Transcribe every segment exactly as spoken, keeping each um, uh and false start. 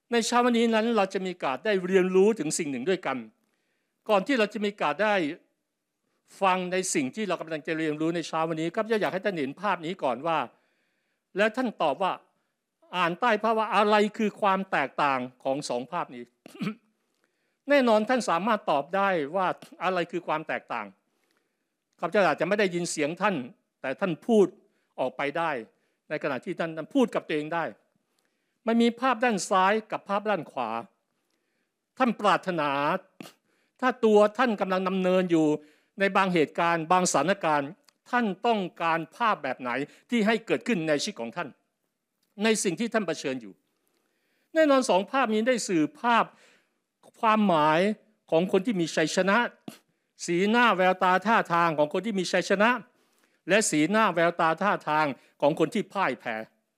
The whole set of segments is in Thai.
ในเช้าวันนี้นั้นเราจะมีโอกาสได้เรียนรู้ถึงสิ่งหนึ่งด้วยกันก่อนที่เราจะมีโอกาสได้ฟังในสิ่งที่เรากำลังจะเรียนรู้ในเช้าวันนี้ครับอยากให้ท่านเห็นภาพนี้ก่อนว่าและท่านตอบว่าอ่านใต้ภาพว่าอะไรคือความแตกต่างของสองภาพนี้ แน่นอนท่านสามารถตอบได้ว่าอะไรคือความแตกต่างข้าพเจ้าอาจจะไม่ได้ยินเสียงท่านแต่ท่านพูดออกไปได้ในขณะที่ท่านพูดกับตัวเองได้มันมีภาพด้านซ้ายกับภาพด้านขวาท่านปรารถนาถ้าตัวท่านกำลังดำเนินอยู่ในบางเหตุการณ์บางสถานการณ์ท่านต้องการภาพแบบไหนที่ให้เกิดขึ้นในชีวิตของท่านในสิ่งที่ท่านเผชิญอยู่แน่นอนสองภาพนี้ได้สื่อภาพความหมายของคนที่มีชัยชนะสีหน้าแววตาท่าทางของคนที่มีชัยชนะและสีหน้าแววตาท่าทางของคนที่พ่ายแพ้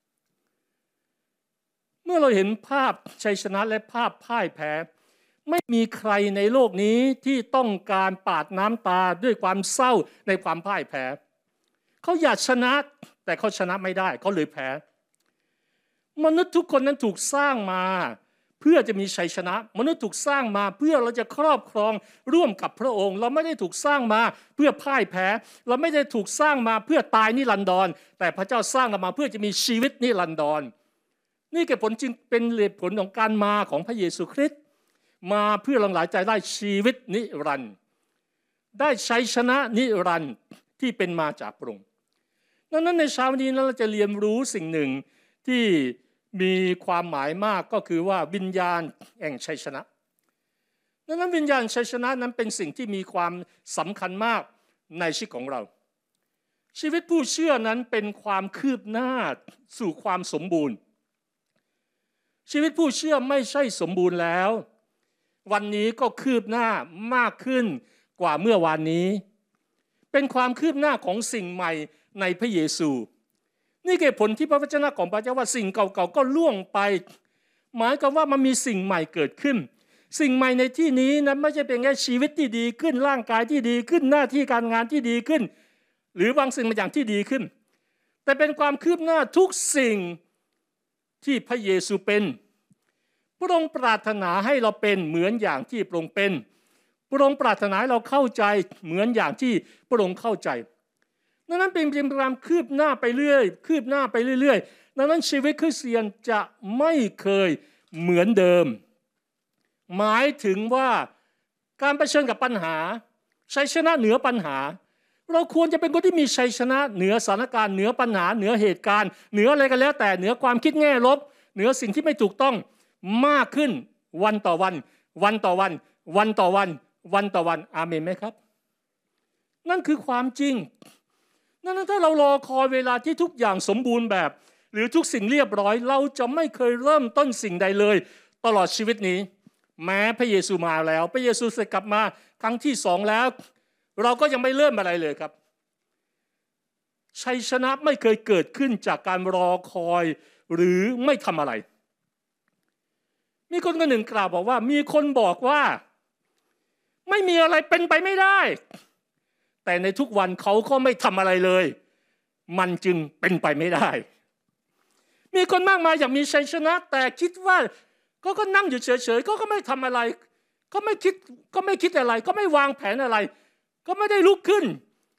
เมื่อเราเห็นภาพชัยชนะและภาพพ่ายแพ้ไม่มีใครในโลกนี้ที่ต้องการปาดน้ำตาด้วยความเศร้าในความพ่ายแพ้เขาอยากชนะแต่เขาชนะไม่ได้เขาเลยแพ้มนุษย์ทุกคนนั้นถูกสร้างมาเพื่อจะมีชัยชนะมนุษย์ถูกสร้างมาเพื่อเราจะครอบครองร่วมกับพระองค์เราไม่ได้ถูกสร้างมาเพื่อพ่ายแพ้เราไม่ได้ถูกสร้างมาเพื่อตายนิรันดรแต่พระเจ้าสร้างเรามาเพื่อจะมีชีวิตนิรันดรนี่คือผลจึงเป็นเหตุผลของการมาของพระเยซูคริสต์มาเพื่อเราหลายใจได้ชีวิตนิรันดร์ได้ชัยชนะนิรันดร์ที่เป็นมาจากพระองค์ดังนั้นในเช้านี้เราจะเรียนรู้สิ่งหนึ่งที่มีความหมายมากก็คือว่าวิญญาณแห่งชัยชนะดังนั้นวิญญาณชัยชนะนั้นเป็นสิ่งที่มีความสำคัญมากในชีวิตของเราชีวิตผู้เชื่อนั้นเป็นความคืบหน้าสู่ความสมบูรณ์ชีวิตผู้เชื่อไม่ใช่สมบูรณ์แล้ววันนี้ก็คืบหน้ามากขึ้นกว่าเมื่อวานนี้เป็นความคืบหน้าของสิ่งใหม่ในพระเยซูนี่คือผลที่พระวจนะของพระเจ้าว่าสิ่งเก่าๆก็ล่วงไปหมายความว่ามันมีสิ่งใหม่เกิดขึ้นสิ่งใหม่ในที่นี้นั้นไม่ใช่เป็นแค่ชีวิตที่ดีขึ้นร่างกายที่ดีขึ้นหน้าที่การงานที่ดีขึ้นหรือบางสิ่งบางอย่างที่ดีขึ้นแต่เป็นความคืบหน้าทุกสิ่งที่พระเยซูเป็นพระองค์ปรารถนาให้เราเป็นเหมือนอย่างที่พระองค์เป็นพระองค์ปรารถนาให้เราเข้าใจเหมือนอย่างที่พระองค์เข้าใจดังนั้นเป็นความคืบหน้าไปเรื่อยคืบหน้าไปเรื่อยๆดังนั้นชีวิตคริสเตียนจะไม่เคยเหมือนเดิมหมายถึงว่าการเผชิญกับปัญหาชัยชนะเหนือปัญหาเราควรจะเป็นคนที่มีชัยชนะเหนือสถานการณ์เหนือปัญหาเหนือเหตุการณ์เหนืออะไรก็แล้วแต่เหนือความคิดแง่ลบเหนือสิ่งที่ไม่ถูกต้องมากขึ้นวันต่อวันวันต่อวันวันต่อวันวันต่อวันอาเมนไหมครับนั่นคือความจริงนั้นถ้าเรารอคอยเวลาที่ทุกอย่างสมบูรณ์แบบหรือทุกสิ่งเรียบร้อยเราจะไม่เคยเริ่มต้นสิ่งใดเลยตลอดชีวิตนี้แม้พระเยซูมาแล้วพระเยซูเสด็จกลับมาครั้งที่สองแล้วเราก็ยังไม่เริ่มอะไรเลยครับชัยชนะไม่เคยเกิดขึ้นจากการรอคอยหรือไม่ทำอะไรมีคนคนหนึ่งกล่าวบอกว่ามีคนบอกว่าไม่มีอะไรเป็นไปไม่ได้แต่ในทุกวันเขาก็ไม่ทำอะไรเลยมันจึงเป็นไปไม่ได้มีคนมากมายอยากมีชัยชนะแต่คิดว่าก็ก็นั่งอยู่เฉยๆก็ก็ไม่ทำอะไรก็ไม่คิดก็ไม่คิดอะไรก็ไม่วางแผนอะไรก็ไม่ได้ลุกขึ้น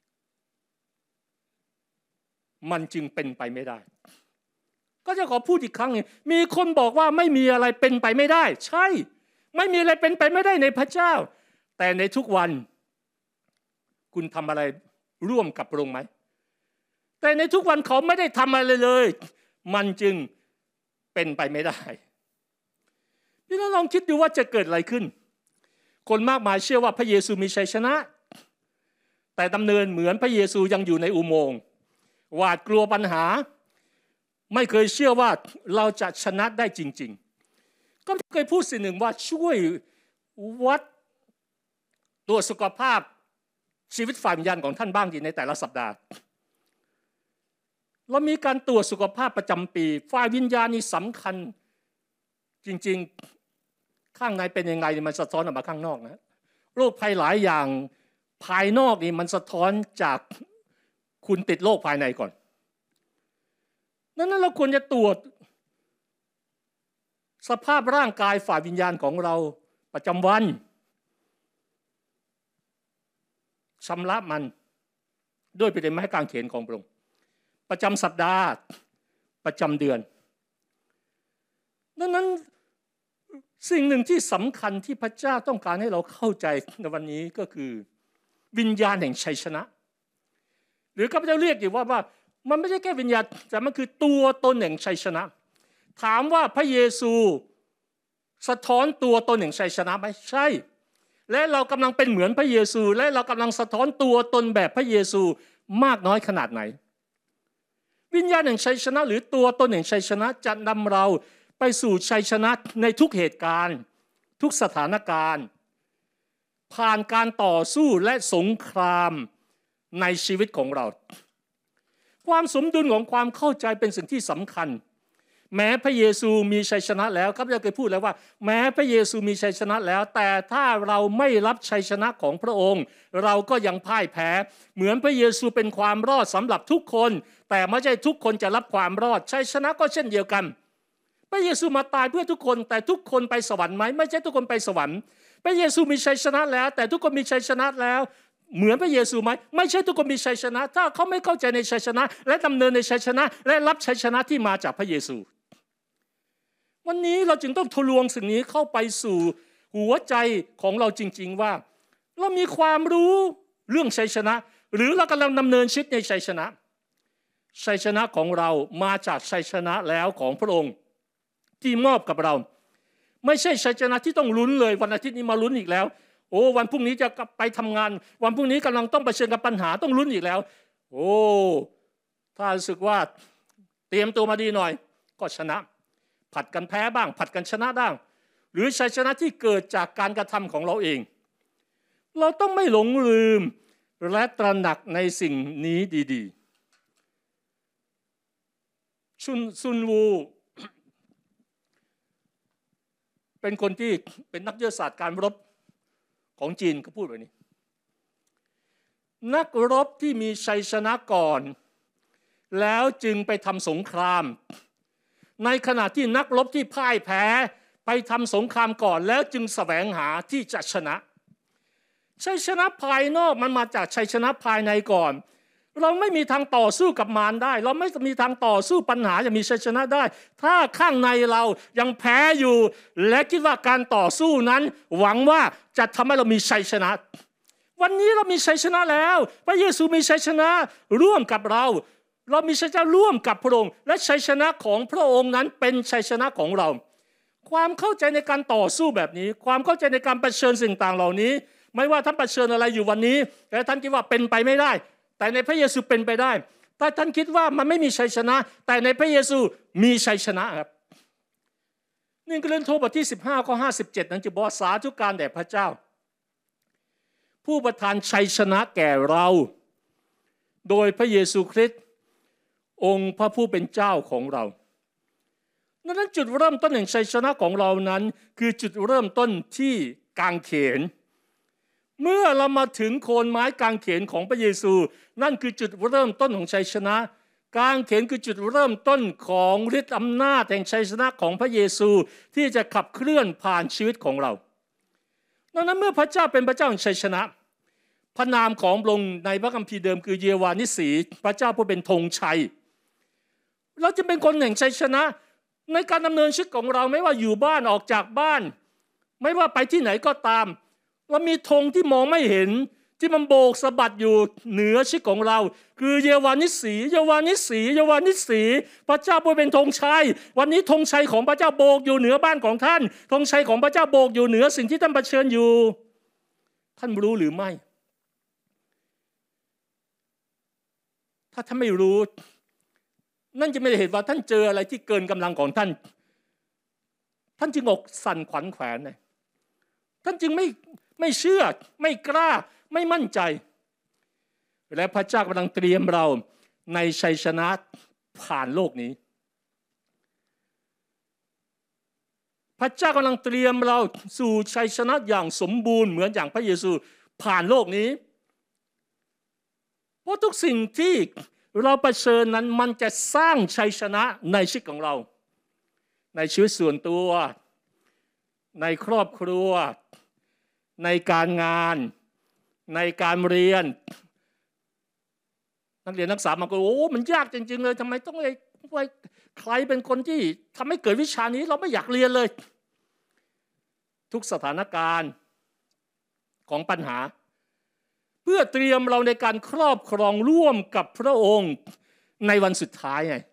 มันจึงเป็นไปไม่ได้ก็จะขอพูดอีกครั้งนึงมีคนบอกว่าไม่มีอะไรเป็นไปไม่ได้ใช่ไม่มีอะไรเป็นไปไม่ได้ในพระเจ้าแต่ในทุกวันคุณทำอะไรร่วมกับพระองค์ไหมแต่ในทุกวันเขาไม่ได้ทำอะไรเลยมันจึงเป็นไปไม่ได้พี่น้องลองคิดดูว่าจะเกิดอะไรขึ้นคนมากมายเชื่อว่าพระเยซูมีชัยชนะแต่ดำเนินเหมือนพระเยซูยังอยู่ในอุโมงค์หวาดกลัวปัญหาไม่เคยเชื่อว่าเราจะชนะได้จริงๆก็เคยพูดสิ่งหนึ่งว่าช่วยวัดตัวสุขภาพชีวิตฝ่ายวิญญาณของท่านบ้างดีในแต่ละสัปดาห์เรามีการตรวจสุขภาพประจำปีฝ่ายวิญญาณนี่สำคัญจริงๆข้างในเป็นยังไงมันสะท้อนออกมาข้างนอกนะโรคภัยหลายอย่างภายนอกนี่มันสะท้อนจากคุณติดโรคภายในก่อนดังนั้นเราควรจะตรวจสภาพร่างกายฝ่ายวิญญาณของเราประจำวันชำระมันด้วยพระไม้กางเขนของพระองค์ประจำสัปดาห์ประจำเดือนดังนั้นสิ่งหนึ่งที่สำคัญที่พระเจ้าต้องการให้เราเข้าใจในวันนี้ก็คือวิญญาณแห่งชัยชนะหรือข้าพเจ้าเรียกอยู่ว่าว่ามันไม่ใช่แค่วิญญาณแต่มันคือตัวตนแห่งชัยชนะถามว่าพระเยซูสะท้อนตัวตนแห่งชัยชนะไหมใช่และเรากำลังเป็นเหมือนพระเยซูและเรากำลังสะท้อนตัวตนแบบพระเยซูมากน้อยขนาดไหนวิญญาณแห่งชัยชนะหรือตัวตนแห่งชัยชนะจะนำเราไปสู่ชัยชนะในทุกเหตุการณ์ทุกสถานการณ์ผ่านการต่อสู้และสงครามในชีวิตของเราความสมดุลของความเข้าใจเป็นสิ่งที่สำคัญแม้พระเยซูมีชัยชนะแล้วข้าพเจ้าเคยพูดแล้วว่าแม้พระเยซูมีชัยชนะแล้วแต่ถ้าเราไม่รับชัยชนะของพระองค์เราก็ยังพ่ายแพ้เหมือนพระเยซูเป็นความรอดสำหรับทุกคนแต่ไม่ใช่ทุกคนจะรับความรอดชัยชนะก็เช่นเดียวกันพระเยซูมาตายเพื่อทุกคนแต่ทุกคนไปสวรรค์ไหมไม่ใช่ทุกคนไปสวรรค์พระเยซูมีชัยชนะแล้วแต่ทุกคนมีชัยชนะแล้วเหมือนพระเยซูไหมไม่ใช่ทุกคนมีชัยชนะถ้าเขาไม่เข้าใจในชัยชนะและดำเนินในชัยชนะและรับชัยชนะที่มาจากพระเยซูวันนี้เราจึงต้องทะลวงสิ่งนี้เข้าไปสู่หัวใจของเราจริงๆว่าเรามีความรู้เรื่องชัยชนะหรือเรากำลังดำเนินชีวิตในชัยชนะชัยชนะของเรามาจากชัยชนะแล้วของพระองค์ที่มอบกับเราไม่ใช่ชัยชนะที่ต้องลุ้นเลยวันอาทิตย์นี้มาลุ้นอีกแล้วโอ้วันพรุ่งนี้จะไปทำงานวันพรุ่งนี้กำลังต้องเผชิญกับปัญหาต้องลุ้นอีกแล้วโอ้ถ้ารู้สึกว่าเตรียมตัวมาดีหน่อยก็ชนะผัดกันแพ้บ้างผัดกันชนะบ้างหรือชัยชนะที่เกิดจากการกระทำของเราเองเราต้องไม่หลงลืมและตระหนักในสิ่งนี้ดีๆชุนซุนวูเป็นคนที่เป็นนักวิทยาศาสตร์การรบของจีนเขาพูดแบบนี้นักรบที่มีชัยชนะก่อนแล้วจึงไปทำสงครามในขณะที่นักรบที่พ่ายแพ้ไปทำสงครามก่อนแล้วจึงแสวงหาที่จะชนะชัยชนะภายนอกมันมาจากชัยชนะภายในก่อนเราไม่มีทางต่อสู้กับมารได้เราไม่มีทางต่อสู้ปัญหาจะมีชัยชนะได้ถ้าข้างในเรายังแพ้อยู่และคิดว่าการต่อสู้นั้นหวังว่าจะทำให้เรามีชัยชนะวันนี้เรามีชัยชนะแล้วพระเยซูมีชัยชนะร่วมกับเราเรามีชัยชนะร่วมกับพระองค์และชัยชนะของพระองค์นั้นเป็นชัยชนะของเราความเข้าใจในการต่อสู้แบบนี้ความเข้าใจในการเผชิญสิ่งต่างเหล่านี้ไม่ว่าท่านเผชิญอะไรอยู่วันนี้และท่านคิดว่าเป็นไปไม่ได้แต่ในพระเยซูเป็นไปได้ถ้าท่านคิดว่ามันไม่มีชัยชนะแต่ในพระเยซูมีชัยชนะครับนี่ก็เรื่องโทษบทที่สิบห้าข้อห้าสิบเจ็ดนั้นจะบอกสาธุการแด่พระเจ้าผู้ประทานชัยชนะแก่เราโดยพระเยซูคริสต์องค์พระผู้เป็นเจ้าของเราดังนั้นจุดเริ่มต้นแห่งชัยชนะของเรานั้นคือจุดเริ่มต้นที่กางเขนเมื่อเรามาถึงโคนไม้กางเขนของพระเยซูนั่นคือจุดเริ่มต้นของชัยชนะกางเขนคือจุดเริ่มต้นของฤทธิ์อำนาจแห่งชัยชนะของพระเยซูที่จะขับเคลื่อนผ่านชีวิตของเราดังนั้นเมื่อพระเจ้าเป็นพระเจ้าแห่งชัยชนะพระนามของพระองค์ในพระคัมภีร์เดิมคือเยวานิสีพระเจ้าผู้เป็นธงชัยเราจะเป็นคนแห่งชัยชนะในการดำเนินชีวิตของเราไม่ว่าอยู่บ้านออกจากบ้านไม่ว่าไปที่ไหนก็ตามเรามีธงที่มองไม่เห็นที่มันโบกสะบัดอยู่เหนือชีวิตของเราคือเยวานิสีเยวานิสีเยวานิสีพระเจ้าผู้เป็นธงชัยวันนี้ธงชัยของพระเจ้าโบกอยู่เหนือบ้านของท่านธงชัยของพระเจ้าโบกอยู่เหนือสิ่งที่ท่านเผชิญอยู่ท่านรู้หรือไม่ถ้าท่านไม่รู้นั่นจะไม่ได้เห็นว่าท่านเจออะไรที่เกินกำลังของท่านท่านจึงอกสั่นขวัญแขวนเลยท่านจึงไม่ไม่เชื่อไม่กล้าไม่มั่นใจและพระเจ้ากำลังเตรียมเราในชัยชนะผ่านโลกนี้พระเจ้ากำลังเตรียมเราสู่ชัยชนะอย่างสมบูรณ์เหมือนอย่างพระเยซูผ่านโลกนี้เพราะทุกสิ่งที่เราเผชิญนั้นมันจะสร้างชัยชนะในชีวิตของเราในชีวิตส่วนตัวในครอบครัวในการงานในการเรียนนักเรียนนักศึกษามาก็โอ้มันยากจริงๆเลยทำไมต้องไปใครเป็นคนที่ทำให้เกิดวิชานี้เราไม่อยากเรียนเลยทุกสถานการณ์ของปัญหาเพื่อเตรียมเราในการครอบครองร่วมกับพระองค์ในวันสุดท้ายไง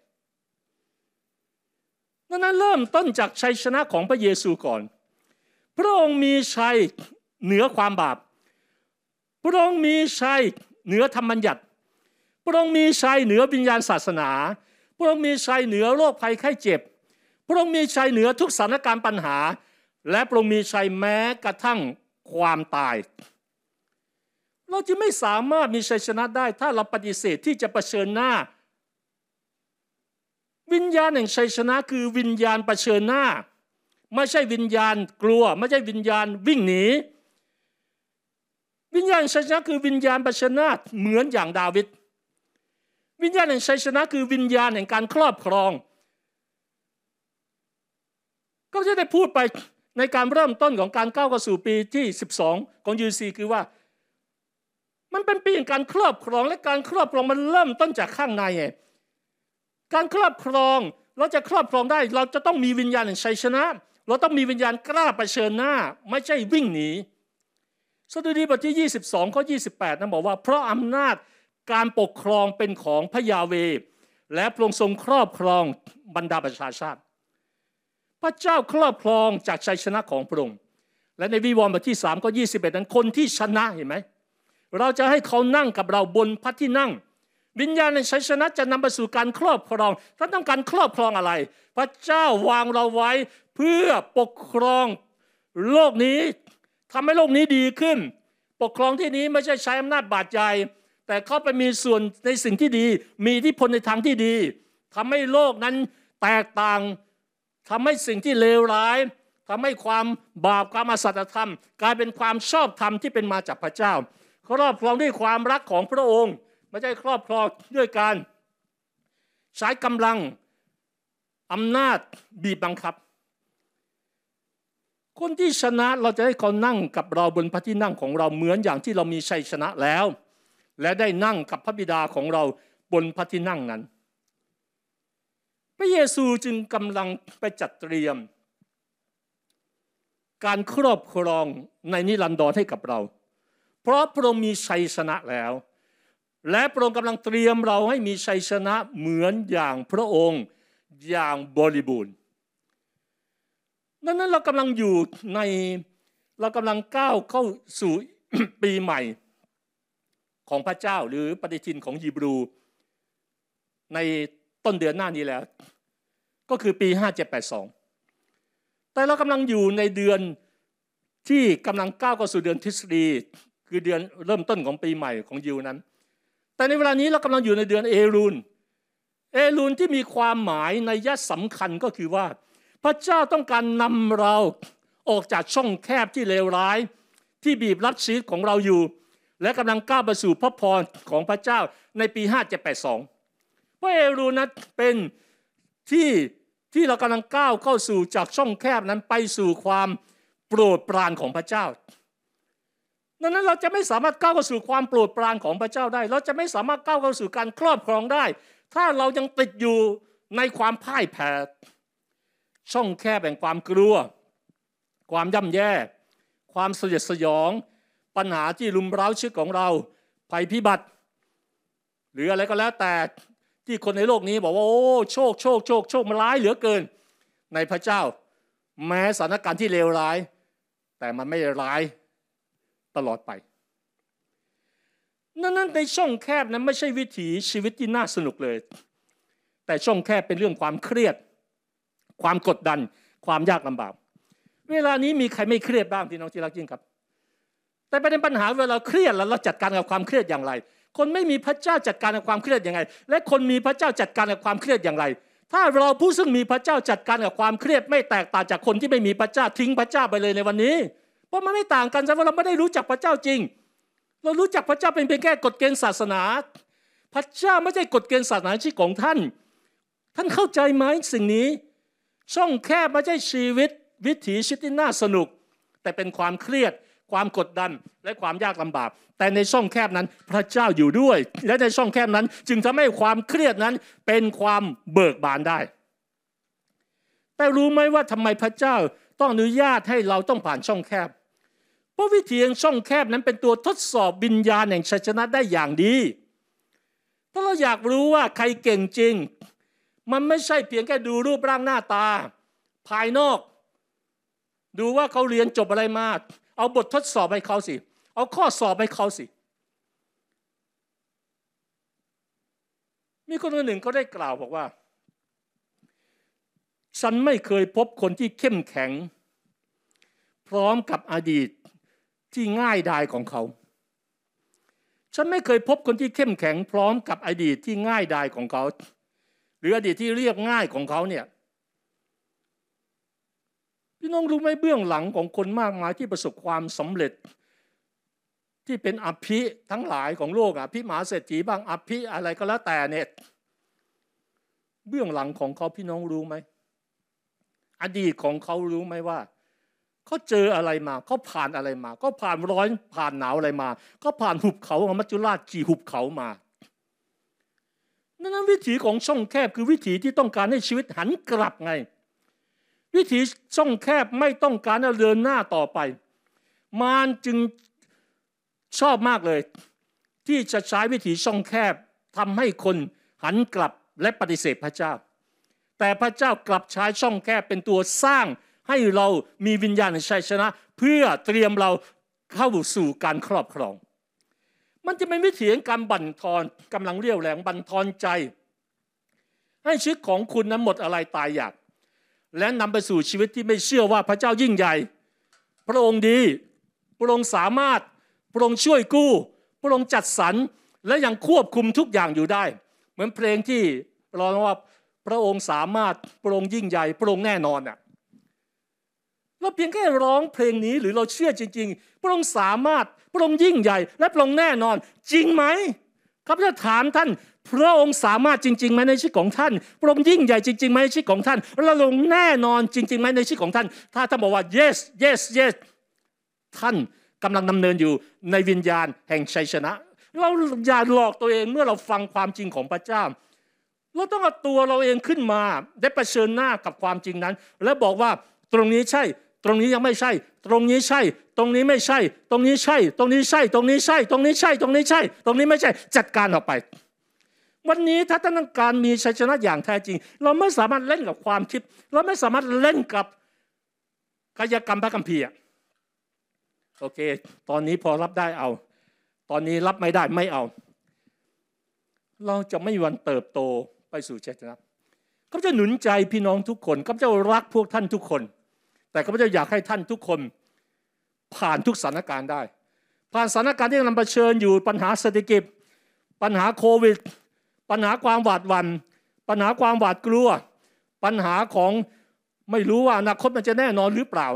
นั้นเริ่มต้นจากชัยชนะของพระเยซูก่อนพระองค์มีชัยเหนือความบาปพระองค์มีชัยเหนือธรรมบัญญัติพระองค์มีชัยเหนือวิญญาณศาสนาพระองค์มีชัยเหนือโรคภัยไข้เจ็บพระองค์มีชัยเหนือทุกสถานการณ์ปัญหาและพระองค์มีชัยแม้กระทั่งความตายเราจะไม่สามารถมีชัยชนะได้ถ้าเราปฏิเสธที่จะเผชิญหน้าวิญญาณแห่งชัยชนะคือวิญญาณเผชิญหน้าไม่ใช่วิญญาณกลัวไม่ใช่วิญญาณวิ่งหนีวิญญาณชัยชนะคือวิญญาณเผชิญหน้าเหมือนอย่างดาวิดวิญญาณแห่งชัยชนะคือวิญญาณแห่งการครอบครองก็จะได้พูดไปในการเริ่มต้นของการก้าวเข้าสู่ปีที่สิบสองของ ยู ซี คือว่ามันเป็นปีแห่งการครอบครองและการครอบครองมันเริ่มต้นจากข้างในไงการครอบครองเราจะครอบครองได้เราจะต้องมีวิญญาณแห่งชัยชนะเราต้องมีวิญญาณกล้าเผชิญหน้าไม่ใช่วิ่งหนีสดุดีบทที่ยี่สิบสองข้อยี่สิบแปดนั้นบอกว่าเพราะอำนาจการปกครองเป็นของพระยาเวห์และพระองค์ทรงครอบครองบรรดาประชาชาติพระเจ้าครอบครองจากชัยชนะของพระองค์และในวิวรณ์บทที่สามข้อยี่สิบเอ็ดนั้นคนที่ชนะเห็นไหมเราจะให้เขานั่งกับเราบนพระที่นั่งวิญญาณในชัยชนะจะนำไปสู่การครอบครองท่านต้องการครอบครองอะไรพระเจ้าวางเราไว้เพื่อปกครองโลกนี้ทำให้โลกนี้ดีขึ้นปกครองที่นี้ไม่ใช่ใช้อำนาจบาดใจแต่เข้าไปมีส่วนในสิ่งที่ดีมีอิทธิพลในทางที่ดีทำให้โลกนั้นแตกต่างทำให้สิ่งที่เลวร้ายทำให้ความบาปความอสัตย์ธรรมกลายเป็นความชอบธรรมที่เป็นมาจากพระเจ้าครอบครองด้วยความรักของพระองค์ไม่ใช่ครอบครองด้วยการใช้กำลังอำนาจบีบบังคับคนที่ชนะเราจะให้เขานั่งกับเราบนพระที่นั่งของเราเหมือนอย่างที่เรามีชัยชนะแล้วและได้นั่งกับพระบิดาของเราบนพระที่นั่งนั้นพระเยซูจึงกำลังไปจัดเตรียมการครอบครองในนิรันดรให้กับเราเพราะพระองค์มีชัยชนะแล้วและพระองค์กำลังเตรียมเราให้มีชัยชนะเหมือนอย่างพระองค์อย่างบริบูรณ์ดังนั้นเรากำลังอยู่ในเรากำลังก้าวเข้าสู่ ปีใหม่ของพระเจ้าหรือปฏิทินของฮีบรูในต้นเดือนหน้านี้แล้วก็คือปีห้าเจ็ดแปดสองแต่เรากำลังอยู่ในเดือนที่กำลังก้าวเข้าสู่เดือนทฤษฎีคือเดือนเริ่มต้นของปีใหม่ของยิวนั้นแต่ในเวลานี้เรากำลังอยู่ในเดือนเอลูนเอลูนที่มีความหมายนัยยะสำคัญก็คือว่าพระเจ้าต้องการนำเราออกจากช่องแคบที่เลวร้ายที่บีบรัดชีวิตของเราอยู่และกำลังก้าวไปสู่พระพรของพระเจ้าในปีห้าเจ็ดแปดสองเพราะเอลูนนั้นเป็นที่ที่เรากำลังก้าวเข้าสู่จากช่องแคบนั้นไปสู่ความโปรดปรานของพระเจ้าดังนั้นเราจะไม่สามารถก้าวเข้าสู่ความโปรดปรานของพระเจ้าได้เราจะไม่สามารถก้าวเข้าสู่การครอบครองได้ถ้าเรายังติดอยู่ในความพ่ายแพ้ช่องแคบแห่งความกลัวความย่ำแย่ความสยดสยองปัญหาที่รุมเร้าชีวิตของเราภัยพิบัติหรืออะไรก็แล้วแต่ที่คนในโลกนี้บอกว่าโอ้โชคโชคโชคโชคมันร้ายเหลือเกินในพระเจ้าแม้สถานการณ์ที่เลวร้ายแต่มันไม่ร้ายตลอดไปนั้นในช่องแคบนั้นไม่ใช่วิถีชีวิตที่น่าสนุกเลยแต่ช่องแคบเป็นเรื่องความเครียดความกดดันความยากลำบากเวลานี้มีใครไม่เครียดบ้างพี่น้องที่รักยิ่งครับแต่ประเด็นปัญหาเวลาเครียดแล้วเราจัดการกับความเครียดอย่างไรคนไม่มีพระเจ้าจัดการกับความเครียดอย่างไรและคนมีพระเจ้าจัดการกับความเครียดอย่างไรถ้าเราผู้ซึ่งมีพระเจ้าจัดการกับความเครียดไม่แตกต่างจากคนที่ไม่มีพระเจ้าทิ้งพระเจ้าไปเลยในวันนี้เพราะมันไม่ต่างกันเพราะเราไม่ได้รู้จักพระเจ้าจริงเรารู้จักพระเจ้าเป็นเพียงแค่กฎเกณฑ์ศาสนาพระเจ้าไม่ใช่กฎเกณฑ์ศาสนาชีวิตของท่านท่านเข้าใจไหมสิ่งนี้ช่องแคบไม่ใช่ชีวิตวิถีชีวิตที่น่าสนุกแต่เป็นความเครียดความกดดันและความยากลำบากแต่ในช่องแคบนั้นพระเจ้าอยู่ด้วยและในช่องแคบนั้นจึงทำให้ความเครียดนั้นเป็นความเบิกบานได้แต่รู้ไหมว่าทำไมพระเจ้าต้องอนุญาตให้เราต้องผ่านช่องแคบเพราะวิธีแห่งช่องแคบนั้นเป็นตัวทดสอบวิญญาณแห่งชัยชนะได้อย่างดีถ้าเราอยากรู้ว่าใครเก่งจริงมันไม่ใช่เพียงแค่ดูรูปร่างหน้าตาภายนอกดูว่าเขาเรียนจบอะไรมาเอาบททดสอบให้เขาสิเอาข้อสอบให้เขาสิมีคนคนหนึ่งเขาได้กล่าวบอกว่าฉันไม่เคยพบคนที่เข้มแข็งพร้อมกับอดีตที่ง่ายดายของเขาฉันไม่เคยพบคนที่เข้มแข็งพร้อมกับอดีตที่ง่ายดายของเขาหรืออดีตที่เรียบง่ายของเขาเนี่ยพี่น้องรู้ไหมเบื้องหลังของคนมากมายที่ประสบความสำเร็จที่เป็นอภิทั้งหลายของโลกอภิมหาเศรษฐีบ้างอภิอะไรก็แล้วแต่เนี่ยเบื้องหลังของเขาพี่น้องรู้ไหมอดีตของเขารู้ไหมว่าเขาเจออะไรมาเขาผ่านอะไรมาเขาผ่านร้อนผ่านหนาวอะไรมาเขาผ่านหุบเขามัจจุราชกี่หุบเขามานั้นวิถีของช่องแคบคือวิถีที่ต้องการให้ชีวิตหันกลับไงวิถีช่องแคบไม่ต้องการให้เดินหน้าต่อไปมารจึงชอบมากเลยที่จะใช้วิถีช่องแคบทำให้คนหันกลับและปฏิเสธพระเจ้าแต่พระเจ้ากลับใช้ช่องแคบเป็นตัวสร้างให้เรามีวิญญาณแห่งชัยชนะเพื่อเตรียมเราเข้าสู่การครอบครองมันจะเป็นวิถีของการบั่นทอนกำลังเรี่ยวแรงบั่นทอนใจให้ชีวิตของคุณนั้นหมดอะไรตายอยากและนำไปสู่ชีวิตที่ไม่เชื่อว่าพระเจ้ายิ่งใหญ่พระองค์ดีพระองค์สามารถพระองค์ช่วยกู้พระองค์จัดสรรและยังควบคุมทุกอย่างอยู่ได้เหมือนเพลงที่ร้องว่าพระองค์สามารถพระองค์ยิ่งใหญ่พระองค์แน่นอนน่ะเราเพียงแค่ร้องเพลงนี้หรือเราเชื่อจริงๆพระองค์สามารถพระองค์ยิ่งใหญ่และพระองค์แน่นอนจริงไหมข้าพเจ้าถามท่านพระองค์สามารถจริงๆไหมในชีวิตของท่านพระองค์ยิ่งใหญ่จริงๆไหมในชีวิตของท่านและพระองค์แน่นอนจริงๆไหมในชีวิตของท่านถ้าท่านบอกว่า yes yes yes ท่านกำลังดำเนินอยู่ในวิญญาณแห่งชัยชนะเราอย่าหลอกตัวเองเมื่อเราฟังความจริงของพระเจ้าเราต้องเอาตัวเราเองขึ้นมาได้เผชิญหน้ากับความจริงนั้นและบอกว่าตรงนี้ใช่ตรงนี้ยังไม่ใช่ตรงนี้ใช่ตรงนี้ไม่ใช่ตรงนี้ใช่ตรงนี้ใช่ตรงนี้ใช่ตรงนี้ใช่ตรงนี้ใช่ตรงนี้ไม่ใช่จัดการออกไปวันนี้ถ้าท่านต้องการมีชัยชนะอย่างแท้จริงเราไม่สามารถเล่นกับความคิดเราไม่สามารถเล่นกับกายกรรมพระคัมภีร์โอเคตอนนี้พอรับได้เอาตอนนี้รับไม่ได้ไม่เอาเราจะไม่มีวันเติบโตไปสู่ชัยชนะข้าพเจ้าหนุนใจพี่น้องทุกคนข้าพเจ้ารักพวกท่านทุกคนแต่ข้าพเจ้าอยากให้ท่านทุกคนผ่านทุกสถานการณ์ได้ผ่านสถานการณ์ที่กำลังเผชิญอยู่ปัญหาเศรษฐกิจปัญหาโควิดปัญหาความหวาดหวั่นปัญหาความหวาดกลัวปัญหาของไม่รู้ว่าอนาคตมันจะแน่นอนหรือเปล่า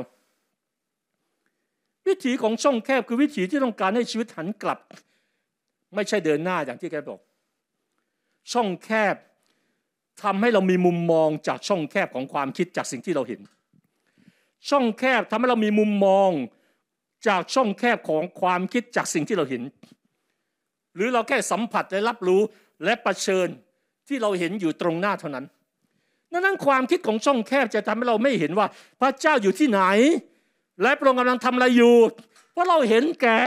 วิถีของช่องแคบคือวิถีที่ต้องการให้ชีวิตหันกลับไม่ใช่เดินหน้าอย่างที่แกบอกช่องแคบทำให้เรามีมุมมองจากช่องแคบของความคิดจากสิ่งที่เราเห็นช่องแคบทำให้เรามีมุมมองจากช่องแคบของความคิดจากสิ่งที่เราเห็นหรือเราแค่สัมผัสและรับรู้และเผชิญที่เราเห็นอยู่ตรงหน้าเท่านั้นดังนั้นความคิดของช่องแคบจะทำให้เราไม่เห็นว่าพระเจ้าอยู่ที่ไหนและพระองค์กำลังทำอะไรอยู่เพราะเราเห็นแก่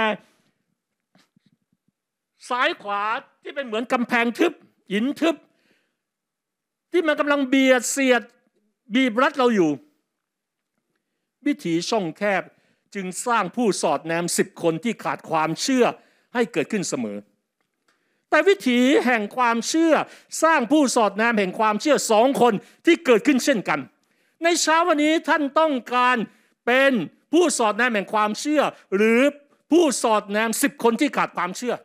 ซ้ายขวาที่เป็นเหมือนกำแพงทึบหินทึบที่มันกำลังเบียดเสียดบีบรัดเราอยู่วิถีช่องแคบจึงสร้างผู้สอดแนมสิบคนที่ขาดความเชื่อให้เกิดขึ้นเสมอแต่วิถีแห่งความเชื่อสร้างผู้สอดแนมแห่งความเชื่อสองคนที่เกิดขึ้นเช่นกันในเช้าวันนี้ท่านต้องการเป็นผู้สอดแนมแห่งความเชื่อหรือผู้สอดแนมสิบคนที่ขาดความเชื่อ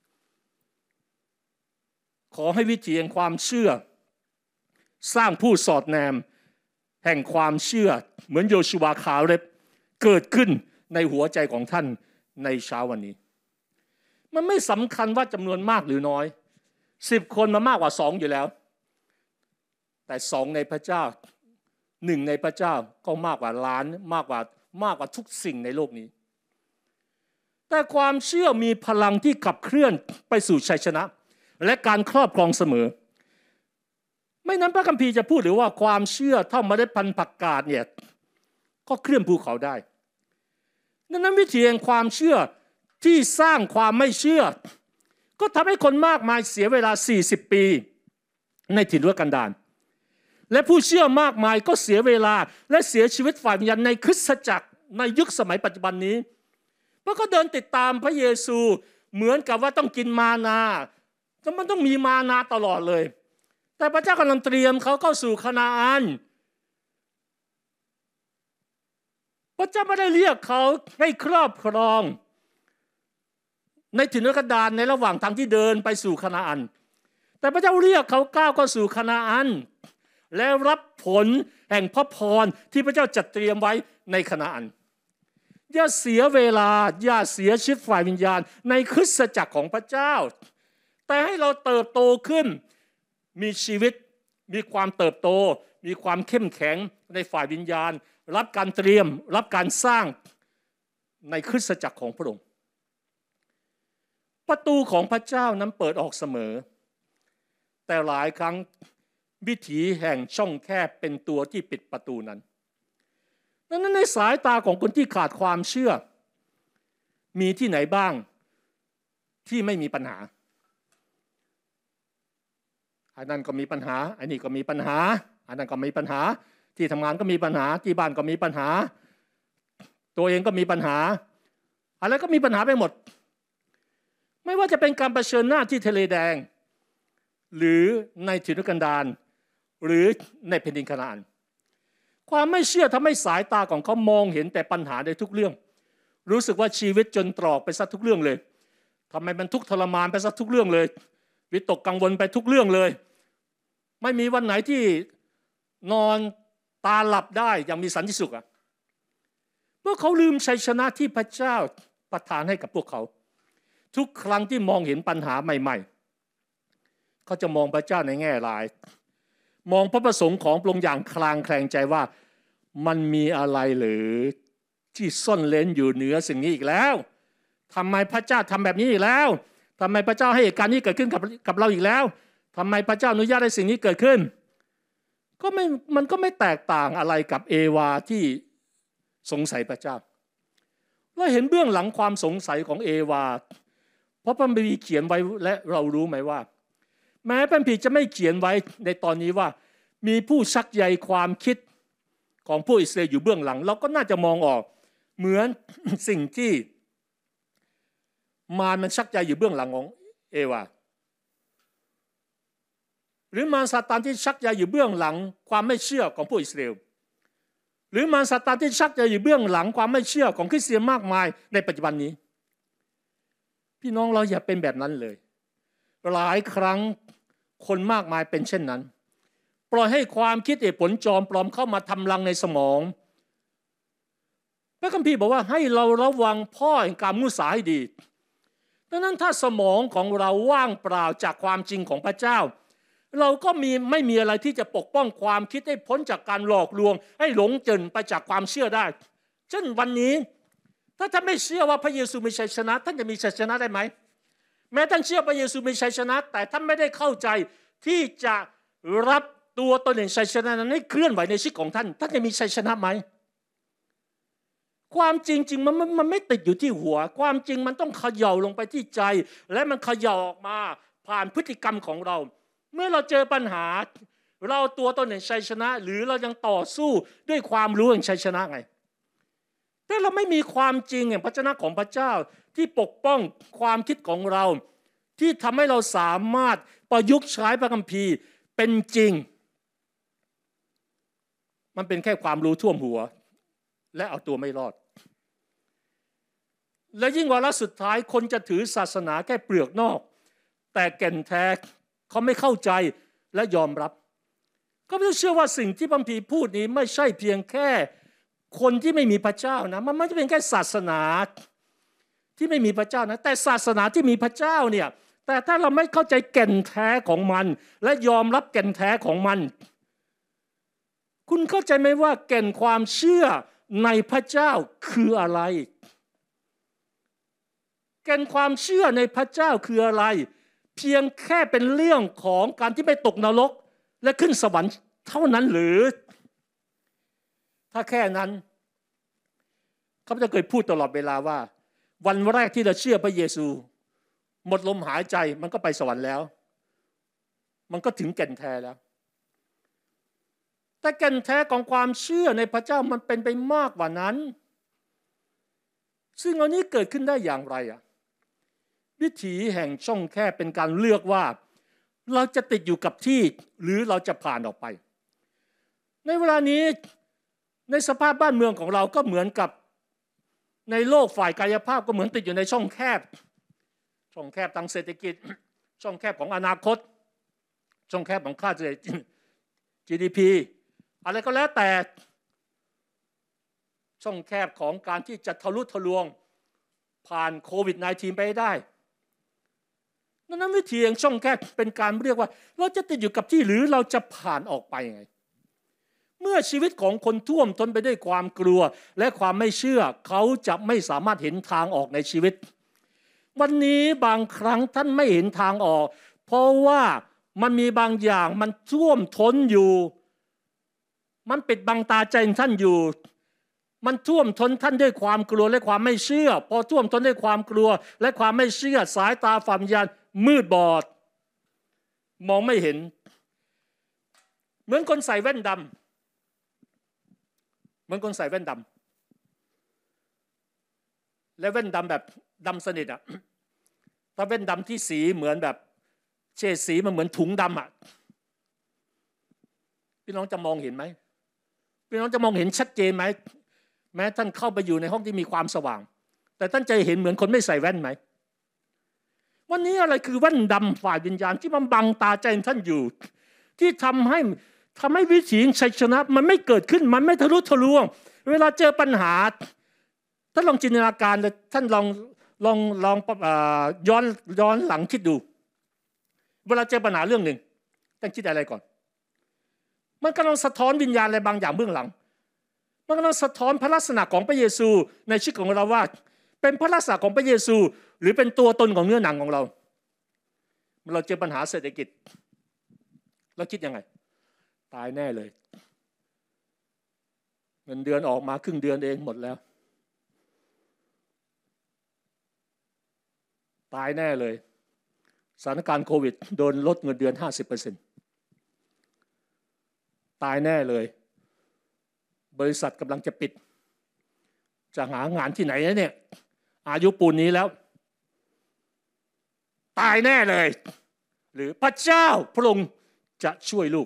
ขอให้วิถีแห่งความเชื่อสร้างผู้สอดแนมแห่งความเชื่อเหมือนโยชูวาคาเลบเกิดขึ้นในหัวใจของท่านในเช้าวันนี้มันไม่สำคัญว่าจำนวนมากหรือน้อยสิบคนมามากกว่าสองอยู่แล้วแต่สองในพระเจ้าหนึ่งในพระเจ้าก็มากกว่าล้านมากกว่ามากกว่าทุกสิ่งในโลกนี้แต่ความเชื่อมีพลังที่ขับเคลื่อนไปสู่ชัยชนะและการครอบครองเสมอไม่นั้นพระคัมภีร์จะพูดหรือว่าความเชื่อเท่าเมล็ดพันธุ์ผักกาดเนี่ยก็เคลื่อนภูเขาได้ดังนั้นวิธีแห่งความเชื่อที่สร้างความไม่เชื่อก็ทำให้คนมากมายเสียเวลาสี่สิบปีในถิ่นทุรกันดารและผู้เชื่อมากมายก็เสียเวลาและเสียชีวิตฝ่ายวิญญาณในคริสตจักรในยุคสมัยปัจจุบันนี้เพราะก็เดินติดตามพระเยซูเหมือนกับว่าต้องกินมานาก็มันต้องมีมานาตลอดเลยแต่พระเจ้ากำลังเตรียมเขาเข้าสู่คานาอันพระเจ้าไม่ได้เรียกเขาให้ครอบครองในถิ่นทุรกันดารในระหว่างทางที่เดินไปสู่คานาอันแต่พระเจ้าเรียกเขาก้าวเข้าสู่คานาอันแล้วรับผลแห่งพระพรที่พระเจ้าจัดเตรียมไว้ในคานาอันอย่าเสียเวลาอย่าเสียชีวิตฝ่ายวิญญาณในคริสตจักรของพระเจ้าแต่ให้เราเติบโตขึ้นมีชีวิตมีความเติบโตมีความเข้มแข็งในฝ่ายวิญญาณรับการเตรียมรับการสร้างในคริสตจักรของพระองค์ประตูของพระเจ้านั้นเปิดออกเสมอแต่หลายครั้งวิถีแห่งช่องแคบเป็นตัวที่ปิดประตูนั้นดังนั้นในสายตาของคนที่ขาดความเชื่อมีที่ไหนบ้างที่ไม่มีปัญหาอันนั้นก็มีปัญหาอันนี้ก็มีปัญหาอันนั้นก็มีปัญหาที่ทำงานก็มีปัญหาที่บ้านก็มีปัญหาตัวเองก็มีปัญหาอะไรก็มีปัญหาไปหมดไม่ว่าจะเป็นการเผชิญหน้าที่ทะเลแดงหรือในถิ่นทุรกันดารหรือในแผ่นดินคานาอันความไม่เชื่อทำให้สายตาของเขามองเห็นแต่ปัญหาในทุกเรื่องรู้สึกว่าชีวิตจนตรอกไปซะทุกเรื่องเลยทำไมมันทุกข์ทรมานไปซะทุกเรื่องเลยวิตกกังวลไปทุกเรื่องเลยไม่มีวันไหนที่นอนตาหลับได้อย่างมีสันติสุขอ่ะเมื่อเขาลืมชัยชนะที่พระเจ้าประทานให้กับพวกเขาทุกครั้งที่มองเห็นปัญหาใหม่ๆเขาจะมองพระเจ้าในแง่ร้ายมองพระประสงค์ของพระองค์อย่างคลางแคลงใจว่ามันมีอะไรหรือที่ซ่อนเร้นอยู่เหนือสิ่งนี้อีกแล้วทำไมพระเจ้าทำแบบนี้อีกแล้วทำไมพระเจ้าให้เหตุการณ์นี้เกิดขึ้นกับกับเราอีกแล้วทำไมพระเจ้าอนุญาตให้สิ่งนี้เกิดขึ้นก็ไม่มันก็ไม่แตกต่างอะไรกับเอวาที่สงสัยพระเจ้าเราเห็นเบื้องหลังความสงสัยของเอวาเพราะพระคัมภีร์เขียนไว้และเรารู้ไหมว่าแม้พระคัมภีร์จะไม่เขียนไว้ในตอนนี้ว่ามีผู้ชักใยความคิดของผู้อิสราเอลอยู่เบื้องหลังเราก็น่าจะมองออกเหมือนสิ่งที่มารมันชักใยอยู่เบื้องหลังของเอวาหรือมารซาตานที่ชักใยอยู่เบื้องหลังความไม่เชื่อของผู้อิสราเอลหรือมารซาตานที่ชักใยอยู่เบื้องหลังความไม่เชื่อของคริสเตียนมากมายในปัจจุบันนี้พี่น้องเราอย่าเป็นแบบนั้นเลยหลายครั้งคนมากมายเป็นเช่นนั้นปล่อยให้ความคิดเหตุผลจอมปลอมเข้ามาทำรังในสมองพระคัมภีร์บอกว่าให้เราระวังพ่อแห่งการมุสาให้ดีดังนั้นถ้าสมองของเราว่างเปล่าจากความจริงของพระเจ้าเราก็มีไม่มีอะไรที่จะปกป้องความคิดให้พ้นจากการหลอกลวงให้หลงจนไปจากความเชื่อได้เช่นวันนี้ถ้าท่านไม่เชื่อว่าพระเยซูมีชัยชนะท่านจะมีชัยชนะได้ไหมแม้ท่านเชื่อพระเยซูมีชัยชนะแต่ท่านไม่ได้เข้าใจที่จะรับตัวตนแห่งชัยชนะนั้นให้เคลื่อนไหวในชีวิตของท่านท่านจะมีชัยชนะไหมความจริงจริงมันมันไม่ติดอยู่ที่หัวความจริงมันต้องเขย่าลงไปที่ใจและมันเขย่าออกมาผ่านพฤติกรรมของเราเมื่อเราเจอปัญหาเราตัวตนแห่งชัยชนะหรือเรายังต่อสู้ด้วยความรู้แห่งชัยชนะไงแต่เราไม่มีความจริงแห่งพระชนะของพระเจ้าที่ปกป้องความคิดของเราที่ทำให้เราสามารถประยุกต์ใช้พระคัมภีร์เป็นจริงมันเป็นแค่ความรู้ท่วมหัวและเอาตัวไม่รอดและยิ่งวาระสุดท้ายคนจะถือศาสนาแค่เปลือกนอกแต่แก่นแท้เขาไม่เข้าใจและยอมรับก็ไม่เชื่อว่าสิ่งที่พระคัมภีร์พูดนี้ไม่ใช่เพียงแค่คนที่ไม่มีพระเจ้านะมันไม่ใช่เป็นแค่ศาสนาที่ไม่มีพระเจ้านะแต่ศาสนาที่มีพระเจ้าเนี่ยแต่ถ้าเราไม่เข้าใจแก่นแท้ของมันและยอมรับแก่นแท้ของมันคุณเข้าใจไหมว่าแก่นความเชื่อในพระเจ้าคืออะไรแก่นความเชื่อในพระเจ้าคืออะไรเพียงแค่เป็นเรื่องของการที่ไม่ตกนรกและขึ้นสวรรค์เท่านั้นหรือถ้าแค่นั้นข้าพเจ้าเคยพูดตลอดเวลาว่าวันแรกที่เราเชื่อพระเยซูหมดลมหายใจมันก็ไปสวรรค์แล้วมันก็ถึงแก่นแท้แล้วแต่แก่นแท้ของความเชื่อในพระเจ้ามันเป็นไปมากกว่านั้นซึ่งอันนี้เกิดขึ้นได้อย่างไรอ่ะวิถีแห่งช่องแคบเป็นการเลือกว่าเราจะติดอยู่กับที่หรือเราจะผ่านออกไปในเวลานี้ในสภาพบ้านเมืองของเราก็เหมือนกับในโลกฝ่ายกายภาพก็เหมือนติดอยู่ในช่องแคบช่องแคบทางเศรษฐกิจช่องแคบของอนาคตช่องแคบของค่าเฉลี่ย จี ดี พี อะไรก็แล้วแต่ช่องแคบของการที่จะทะลุทะลวงผ่านโควิด สิบเก้า ไปได้นั้นวิธีแห่งช่องแคบเป็นการเรียกว่าเราจะติดอยู่กับที่หรือเราจะผ่านออกไปไงเมื่อชีวิตของคนท่วมท้นไปด้วยความกลัวและความไม่เชื่อเขาจะไม่สามารถเห็นทางออกในชีวิตวันนี้บางครั้งท่านไม่เห็นทางออกเพราะว่ามันมีบางอย่างมันท่วมท้นอยู่มันปิดบังตาใจท่านอยู่มันท่วมท้นท่านด้วยความกลัวและความไม่เชื่อพอท่วมท้นด้วยความกลัวและความไม่เชื่อสายตาฝ่ายวิญญาณมืดบอดมองไม่เห็นเหมือนคนใส่แว่นดำเหมือนคนใส่แว่นดำและแว่นดำแบบดำสนิทอ่ะถ้าแว่นดำที่สีเหมือนแบบเฉดสีมันเหมือนถุงดำอ่ะพี่น้องจะมองเห็นไหมพี่น้องจะมองเห็นชัดเจนไหมแม้ท่านเข้าไปอยู่ในห้องที่มีความสว่างแต่ท่านจะเห็นเหมือนคนไม่ใส่แว่นไหมวันนี้อะไรคือแว่นดำฝ่ายวิญญาณที่มันบังตาใจท่านอยู่ที่ทำให้ทำให้วิถีชัยชนะมันไม่เกิดขึ้นมันไม่ทะลุทะลวงเวลาเจอปัญหาท่านลองจินตนาการเลยท่านลองลองลองย้อนย้อนหลังคิดดูเวลาเจอปัญหาเรื่องหนึ่งท่านคิดอะไรก่อนมันกำลังสะท้อนวิญญาณอะไรบางอย่างเบื้องหลังมันกำลังสะท้อนพระลักษณะของพระเยซูในชีวิตของเราว่าเป็นพระลักษณะของพระเยซูหรือเป็นตัวตนของเนื้อหนังของเราเราเจอปัญหาเศรษฐกิจเราคิดยังไงตายแน่เลยเงินเดือนออกมาครึ่งเดือนเองหมดแล้วตายแน่เลยสถานการณ์โควิดโดนลดเงินเดือน ห้าสิบเปอร์เซ็นต์ ตายแน่เลยบริษัทกำลังจะปิดจะหางานที่ไหนเนี่ยอายุปูนนี้แล้วตายแน่เลยหรือพระเจ้าพระองค์จะช่วยลูก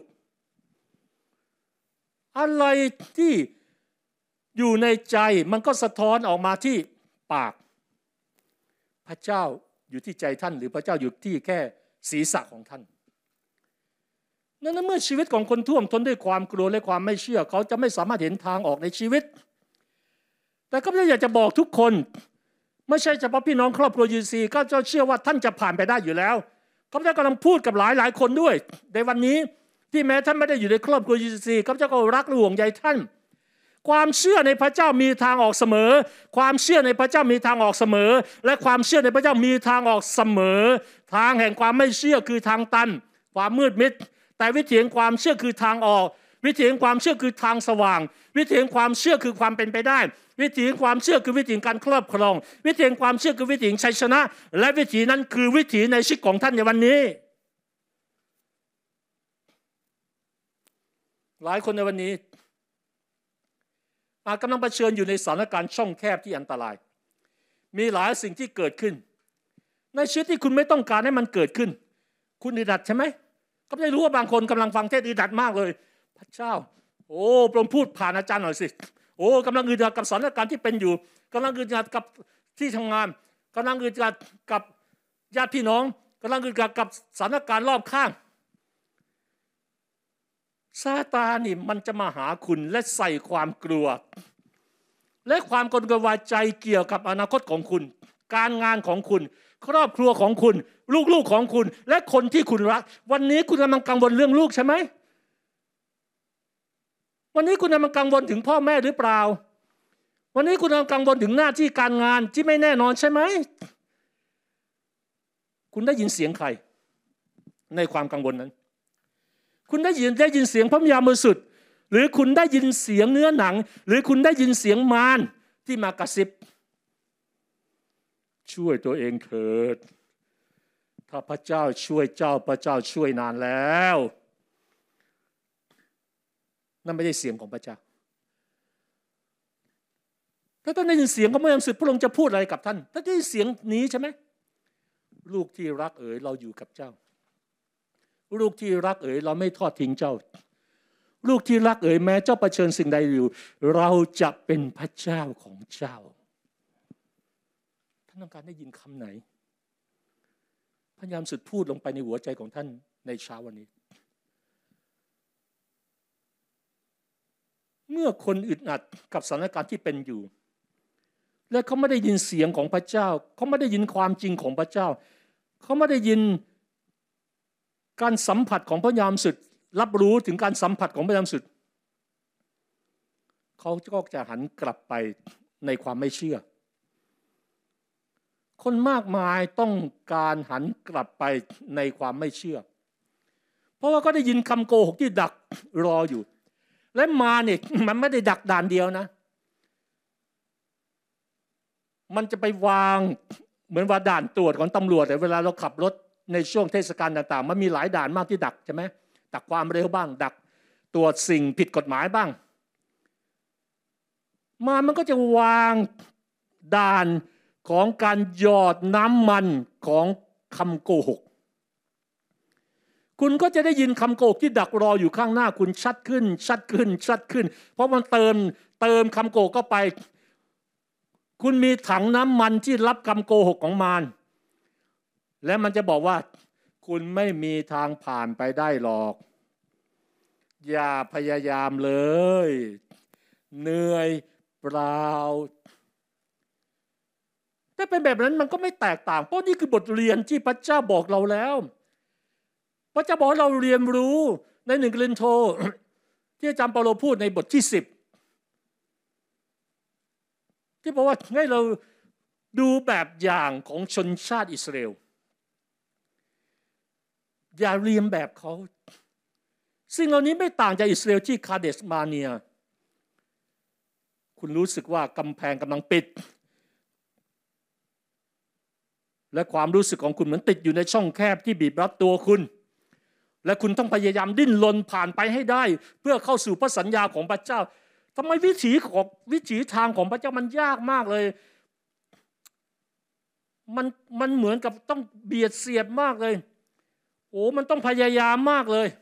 อะไรที่อยู่ในใจมันก็สะท้อนออกมาที่ปากพระเจ้าอยู่ที่ใจท่านหรือพระเจ้าอยู่ที่แค่ศีรษะของท่านนั้นเมื่อชีวิตของคนท่วมท้นด้วยความกลัวและความไม่เชื่อเขาจะไม่สามารถเห็นทางออกในชีวิตแต่ก็อยากจะบอกทุกคนไม่ใช่เฉพาะพี่น้องครอบครัวยูซีก็จะเชื่อว่าท่านจะผ่านไปได้อยู่แล้วข้าพเจ้ากำลังพูดกับหลายหลายคนด้วยในวันนี้ที่แม้ท่านไม่ได้อยู่ในครอบครัวยูซีข้าพเจ้าก็รักและห่วงใยท่านความเชื่อในพระเจ้ามีทางออกเสมอความเชื่อในพระเจ้ามีทางออกเสมอและความเชื่อในพระเจ้ามีทางออกเสมอทางแห่งความไม่เชื่อคือทางตันความมืดมิดแต่วิถีแห่งความเชื่อคือทางออกวิถีแห่งความเชื่อคือทางสว่างวิถีแห่งความเชื่อคือความเป็นไปได้วิถีแห่งความเชื่อคือวิถีการครอบครองวิถีแห่งความเชื่อคือวิถีชัยชนะและวิถีนั้นคือวิถีในชีวิตของท่านในวันนี้หลายคนในวันนี้อาจกำลังเผชิญอยู่ในสถานการณ์ช่องแคบที่อันตรายมีหลายสิ่งที่เกิดขึ้นในชีวิตที่คุณไม่ต้องการให้มันเกิดขึ้นคุณอึดอัดใช่ไหมก็ไม่รู้ว่าบางคนกำลังฟังเทศน์อึดอัดมากเลยพระเจ้าโอ้โปรดพูดผ่านอาจารย์หน่อยสิโอ้กำลังอึดอัดกับสถานการณ์ที่เป็นอยู่กำลังอึดอัดกับที่ทำงานกำลังอึดอัดกับญาติพี่น้องกำลังอึดอัดกับสถานการณ์รอบข้างซาตานนี่มันจะมาหาคุณและใส่ความกลัวและความกังวลใจเกี่ยวกับอนาคตของคุณการงานของคุณครอบครัวของคุณลูกๆของคุณและคนที่คุณรักวันนี้คุณกำลังกังวลเรื่องลูกใช่ไหมวันนี้คุณกำลังกังวลถึงพ่อแม่หรือเปล่าวันนี้คุณกำลังกังวลถึงหน้าที่การงานที่ไม่แน่นอนใช่ไหมคุณได้ยินเสียงใครในความกังวลนั้นคุณได้ยินได้ยินเสียงพระวิญญาณบริสุทธิ์หรือคุณได้ยินเสียงเนื้อหนังหรือคุณได้ยินเสียงมารที่มากระซิบช่วยตัวเองเถิดถ้าพระเจ้าช่วยเจ้าพระเจ้าช่วยนานแล้วนั่นไม่ใช่เสียงของพระเจ้าถ้าท่านได้ยินเสียงของพระยามสุดพระองค์จะพูดอะไรกับท่านถ้าได้ยินเสียงนี้ใช่ไหมลูกที่รักเอ๋ยเราอยู่กับเจ้าลูกที่รักเอ๋ยเราไม่ทอดทิ้งเจ้าลูกที่รักเอ๋ยแม้เจ้าเผชิญสิ่งใดอยู่เราจะเป็นพระเจ้าของเจ้าท่านต้องการได้ยินคำไหนพระยามสุดพูดลงไปในหัวใจของท่านในเช้าวันนี้เมื่อคนอึดอัดกับสถานการณ์ที่เป็นอยู่และเขาไม่ได้ยินเสียงของพระเจ้าเขาไม่ได้ยินความจริงของพระเจ้าเขาไม่ได้ยินการสัมผัสของพระยามสุดรับรู้ถึงการสัมผัสของพระยามสุดเขาก็จะหันกลับไปในความไม่เชื่อคนมากมายต้องการหันกลับไปในความไม่เชื่อเพราะว่าก็ได้ยินคำโกหกที่ดักรออยู่และมาเนี่ยมันไม่ได้ดักด่านเดียวนะมันจะไปวางเหมือนว่าด่านตรวจของตำรวจแต่เวลาเราขับรถในช่วงเทศกาลต่างๆมันมีหลายด่านมากที่ดักใช่ไหมดักความเร็วบ้างดักตรวจสิ่งผิดกฎหมายบ้างมามันก็จะวางด่านของการหยอดน้ำมันของคำโกหกคุณก็จะได้ยินคำโกหกที่ดักรออยู่ข้างหน้าคุณชัดขึ้นชัดขึ้นชัดขึ้นเพราะมันเติมเติมคำโกหกเข้าไปคุณมีถังน้ำมันที่รับคำโกหกของมารและมันจะบอกว่าคุณไม่มีทางผ่านไปได้หรอกอย่าพยายามเลยเหนื่อยเปล่าถ้าเป็นแบบนั้นมันก็ไม่แตกต่างเพราะนี่คือบทเรียนที่พระเจ้าบอกเราแล้วพระเจ้าบอกเราเรียนรู้ในหนึ่งโครินธ์ที่อาจารย์เปาโลพูดในบทที่สิบที่บอกว่าให้เราดูแบบอย่างของชนชาติอิสราเอลอย่าเรียนแบบเขาสิ่งเหล่านี้ไม่ต่างจากอิสราเอลที่คาเดสมาเนียคุณรู้สึกว่ากำแพงกำลังปิดและความรู้สึกของคุณเหมือนติดอยู่ในช่องแคบที่บีบรัดตัวคุณและคุณต้องพยายามดิ้นรนผ่านไปให้ได้เพื่อเข้าสู่พระสัญญาของพระเจ้าทำไมวิถีของวิถีทางของพระเจ้ามันยากมากเลยมันมันเหมือนกับต้องเบียดเสียดมากเลยโอ้มันต้องพยายามมากเลย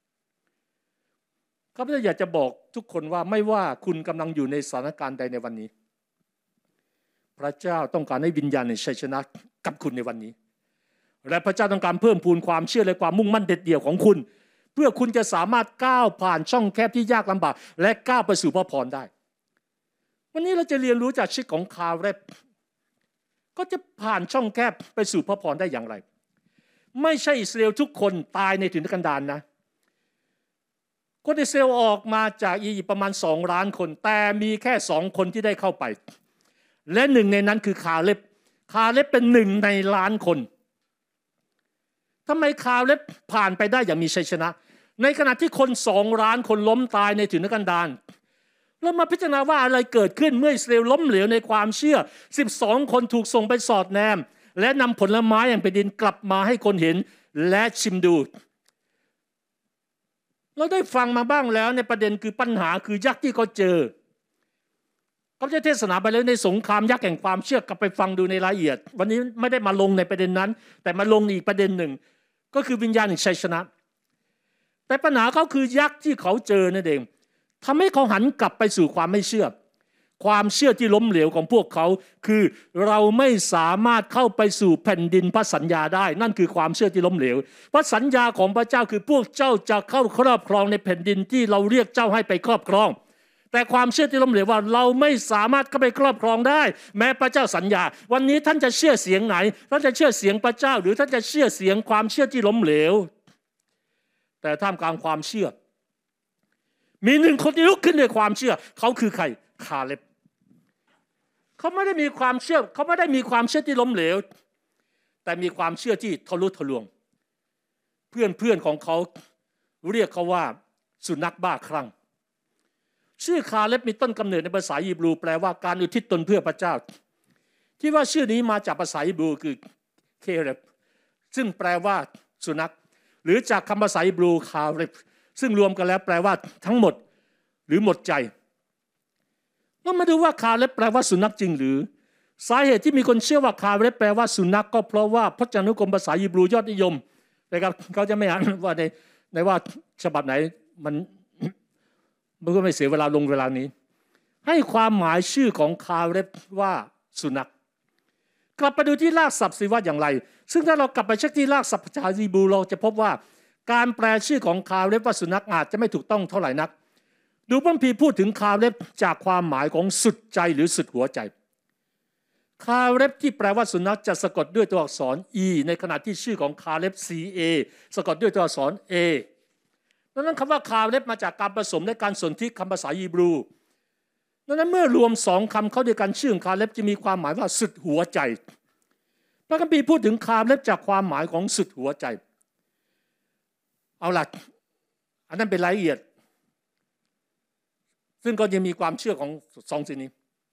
ข้าพเจ้าอยากจะบอกทุกคนว่าไม่ว่าคุณกำลังอยู่ในสถานการณ์ใดในวันนี้พระเจ้าต้องการให้วิญญาณในชัยชนะกับคุณในวันนี้และพระเจ้าต้องการเพิ่มพูนความเชื่อและความมุ่งมั่นเด็ดเดี่ยวของคุณเพื่อคุณจะสามารถก้าวผ่านช่องแคบที่ยากลำบากและก้าวไปสู่พระพรได้วันนี้เราจะเรียนรู้จากชีวิตของคาเรบก็จะผ่านช่องแคบไปสู่พระพรได้อย่างไรไม่ใช่อิสราเอลทุกคนตายในถิ่นกันดารนะคนอิสราเอลออกมาจากอียิปต์ประมาณสองล้านคนแต่มีแค่สองคนที่ได้เข้าไปและหนึ่งในนั้นคือคาเรบคาเรบเป็นหนึ่งในล้านคนทำไมคาเรบผ่านไปได้อย่างมีชัยชนะในขณะที่คนสองล้านคนล้มตายในถิ่นกันดารเรามาพิจารณาว่าอะไรเกิดขึ้นเมื่ออิสราเอลล้มเหลวในความเชื่อสิบสองคนถูกส่งไปสอดแนมและนำผลไม้อย่างแผ่นดินกลับมาให้คนเห็นและชิมดูเราได้ฟังมาบ้างแล้วในประเด็นคือปัญหาคือยักษ์ที่เขาเจอเขาจะเทศนาไปแล้วในสงครามยักษ์แห่งความเชื่อกลับไปฟังดูในรายละเอียดวันนี้ไม่ได้มาลงในประเด็นนั้นแต่มาลงอีกประเด็นหนึ่งก็คือวิญญาณแห่งชัยชนะแต่ปัญหาเขาคือยักษ์ที่เขาเจอนั่นเองทำให้เขาหันกลับไปสู่ความไม่เชื่อความเชื่อที่ล้มเหลวของพวกเขาคือเราไม่สามารถเข้าไปสู่แผ่นดินพระสัญญาได้นั่นคือความเชื่อที่ล้มเหลวพระสัญญาของพระเจ้าคือพวกเจ้าจะเข้าครอบครองในแผ่นดินที่เราเรียกเจ้าให้ไปครอบครองแต่ความเชื่อที่ล้มเหลวว่าเราไม่สามารถเข้าไปครอบครองได้แม้พระเจ้าสัญญาวันนี้ท่านจะเชื่อเสียงไหนท่านจะเชื่อเสียงพระเจ้าหรือท่านจะเชื่อเสียงความเชื่อที่ล้มเหลวแต่ท่ามกลางความเชื่อมีหนึ่งคนที่ลุกขึ้นด้วยความเชื่อเขาคือใครคาเล็บเขาไม่ได้มีความเชื่อเขาไม่ได้มีความเชื่อที่ล้มเหลวแต่มีความเชื่อที่ทะลุทะลวงเพื่อนเพื่อนของเขาเรียกเขาว่าสุนัขบ้าคลั่งชื่อคาเล็บมีต้นกำเนิดในภาษาฮีบรูแปลว่าการอุทิศตนเพื่อพระเจ้าที่ว่าชื่อนี้มาจากภาษาฮีบรูคือเคเรบซึ่งแปลว่าสุนัขหรือจากคำภาษาฮีบรูคาเล็บซึ่งรวมกันแล้วแปลว่าทั้งหมดหรือหมดใจเรามาดูว่าคาเล็บแปลว่าสุนัขจริงหรือสาเหตุที่มีคนเชื่อว่าคาเล็บแปลว่าสุนัขก็เพราะว่าพจนานุกรมภาษาฮีบรูยอดนิยมนะครับเขาจะไม่อ่านว่าในในว่าฉบับไหนมันมันก็ไม่เสียเวลาลงเวลานี้ให้ความหมายชื่อของคาเล็บว่าสุนัขกลับไปดูที่รากศัพท์สิว่าอย่างไรซึ่งถ้าเรากลับไปเช็คที่รากศัพท์ภาษาฮีบรูเราจะพบว่าการแปลชื่อของคาเล็บว่าสุนัขอาจจะไม่ถูกต้องเท่าไหร่นักดูพระคัมภีร์พูดถึงคาเล็บจากความหมายของสุดใจหรือสุดหัวใจคาเล็บที่แปลว่าสุนัขจะสะกดด้วยตัวอักษร E ในขณะที่ชื่อของคาเล็บ ซี เอ สะกดด้วยตัวอักษร A ดังนั้นคำว่าคาเล็บมาจากการผสมและการสนธิคำภาษาฮีบรูดังนั้นเมื่อรวมสองคำเข้าด้วยกันชื่อของคาเล็บจะมีความหมายว่าสุดหัวใจพระคัมภีร์พูดถึงคาเล็บจากความหมายของสุดหัวใจเอาล่ะอันนั้นเป็นรายละเอียดซึ่งก็ยังมีความเชื่อของสองสิ่งนี้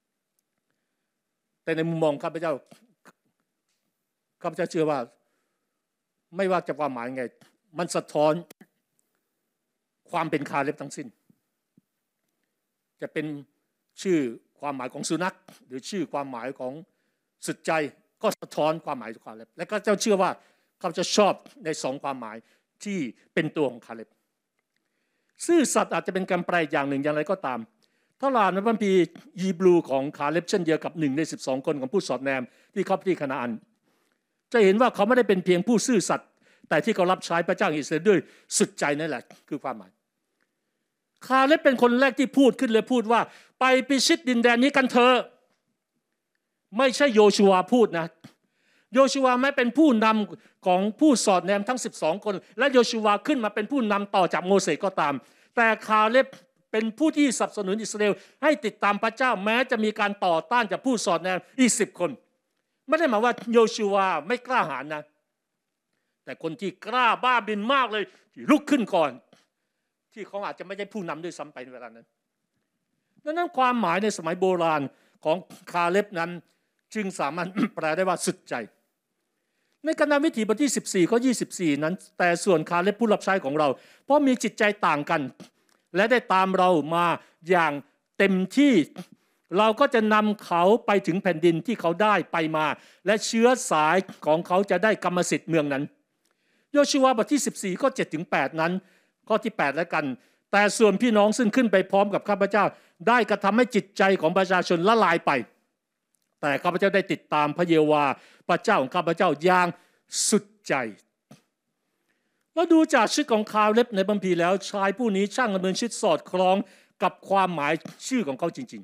แต่ในมุมมองข้าพเจ้าข้าพเจ้าเชื่อว่าไม่ว่าจะความหมายไงมันสะท้อนความเป็นคาเล็บทั้งสิ้นจะเป็นชื่อความหมายของสุนัขหรือชื่อความหมายของสุดใจก็สะท้อนความหมายของคาเล็บและก็เจ้าเชื่อว่าเขาจะชอบในสองความหมายที่เป็นตัวของคาเล็บซื่อสัตย์อาจจะเป็นการแปลอย่างหนึ่งอย่างไรก็ตามถ้าเราอ่านในพระคัมภีร์ฮีบรูของคาเล็บเช่นเดียวกับหนึ่งในสิบสองคนของผู้สอดแนมที่เข้าที่คานาอันจะเห็นว่าเขาไม่ได้เป็นเพียงผู้ซื่อสัตย์แต่ที่เขารับใช้พระเจ้าอิสราเอลด้วยสุดใจนั่นแหละคือความหมายคาเล็บเป็นคนแรกที่พูดขึ้นเลยพูดว่าไปพิชิตดินแดนนี้กันเถอะไม่ใช่โยชูวาพูดนะโยชูวาไม่เป็นผู้นำของผู้สอดแนมทั้งสิบสองคนและโยชูวาขึ้นมาเป็นผู้นำต่อจากโมเสสก็ตามแต่คาเล็บเป็นผู้ที่สนับสนุนอิสราเอลให้ติดตามพระเจ้าแม้จะมีการต่อต้านจากผู้สอดแนมอีกสิบคนไม่ได้หมายว่าโยชูวาไม่กล้าหาญนะแต่คนที่กล้าบ้าบินมากเลยที่ลุกขึ้นก่อนที่เขาอาจจะไม่ใช่ผู้นำด้วยซ้ำไปในเวลานั้นดังนั้นความหมายในสมัยโบราณของคาเล็บนั้นจึงสามารถ แปลได้ว่าสุดใจในกนวิถีบทที่สิบสี่ข้อยี่สิบสี่นั้นแต่ส่วนคาเล็บผู้รับใช้ของเราเพราะมีจิตใจต่างกันและได้ตามเรามาอย่างเต็มที่เราก็จะนำเขาไปถึงแผ่นดินที่เขาได้ไปมาและเชื้อสายของเขาจะได้กรรมสิทธิ์เมืองนั้นโยชูวาบทที่สิบสี่ข้อเจ็ดถึงแปดนั้นข้อที่แปดแล้วกันแต่ส่วนพี่น้องซึ่งขึ้นไปพร้อมกับข้าพเจ้าได้กระทำให้จิตใจของประชาชนละลายไปแต่ข้าพเจ้าได้ติดตามพระเยโฮวาห์พระเจ้าของข้าพเจ้าอย่างสุดใจแล้วดูจากชื่อของคาเล็บในบัมพีแล้วชายผู้นี้ช่างดำเนินชีวิตสอดคล้องกับความหมายชื่อของเขาจริง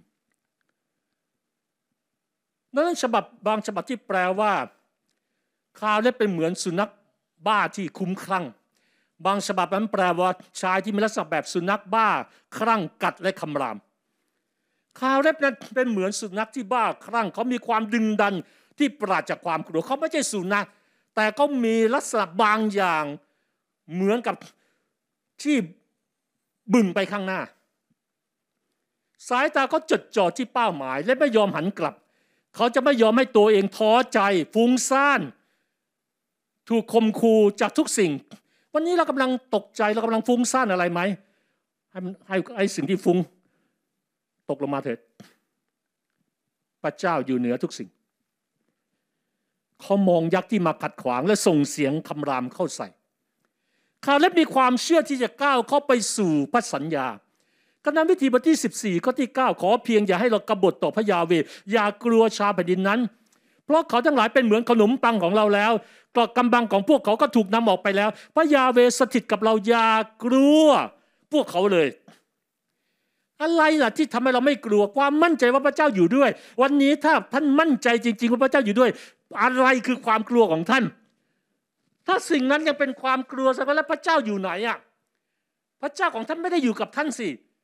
ๆนั้นฉบับบางฉบับที่แปลว่าคาเล็บเป็นเหมือนสุนัขบ้าที่คุ้มคลั่งบางฉบับนั้นแปลว่าชายที่มีลักษณะแบบสุนัขบ้าคลั่งกัดและคำรามคาเล็บนั้นเป็นเหมือนสุนัขที่บ้าคลั่งเขามีความดึงดันที่ปราศจากความกลัวเขาไม่ใช่สุนัขแต่เขามีลักษณะบางอย่างเหมือนกับที่บึ่งไปข้างหน้าสายตาเขาจดจ่อที่เป้าหมายและไม่ยอมหันกลับเขาจะไม่ยอมให้ตัวเองท้อใจฟุ้งซ่านถูกข่มขู่จากทุกสิ่งวันนี้เรากำลังตกใจเรากำลังฟุ้งซ่านอะไรไหมให้ให้ไอ้สิ่งที่ฟุ้งตกลงมาเถิดพระเจ้าอยู่เหนือทุกสิ่งเขามองยักษ์ที่มาขัดขวางและส่งเสียงคำรามเข้าใส่คาเล็บมีความเชื่อที่จะก้าวเข้าไปสู่พระสัญญากนวิธีบทที่สิบสี่ข้อที่เก้าขอเพียงอย่าให้เรากบฏต่อพระยาเวห์อย่ากลัวชาวแผ่นดินนั้นเพราะเขาทั้งหลายเป็นเหมือนขนมปังของเราแล้วกลอกกำบังของพวกเขาก็ถูกนำออกไปแล้วพระยาเวห์สถิตกับเราอย่ากลัวพวกเขาเลยอะไรล่ะที่ทำให้เราไม่กลัวความมั่นใจว่าพระเจ้าอยู่ด้วยวันนี้ถ้าท่านมั่นใจจริงๆว่าพระเจ้าอยู่ด้วยอะไรคือความกลัวของท่านถ้าสิ่งนั้นยังเป็นความกลัวแสดงว่าพระเจ้าอยู่ไหนอ่ะพระเจ้าของท่านไม่ได้อยู่กับท่านสิ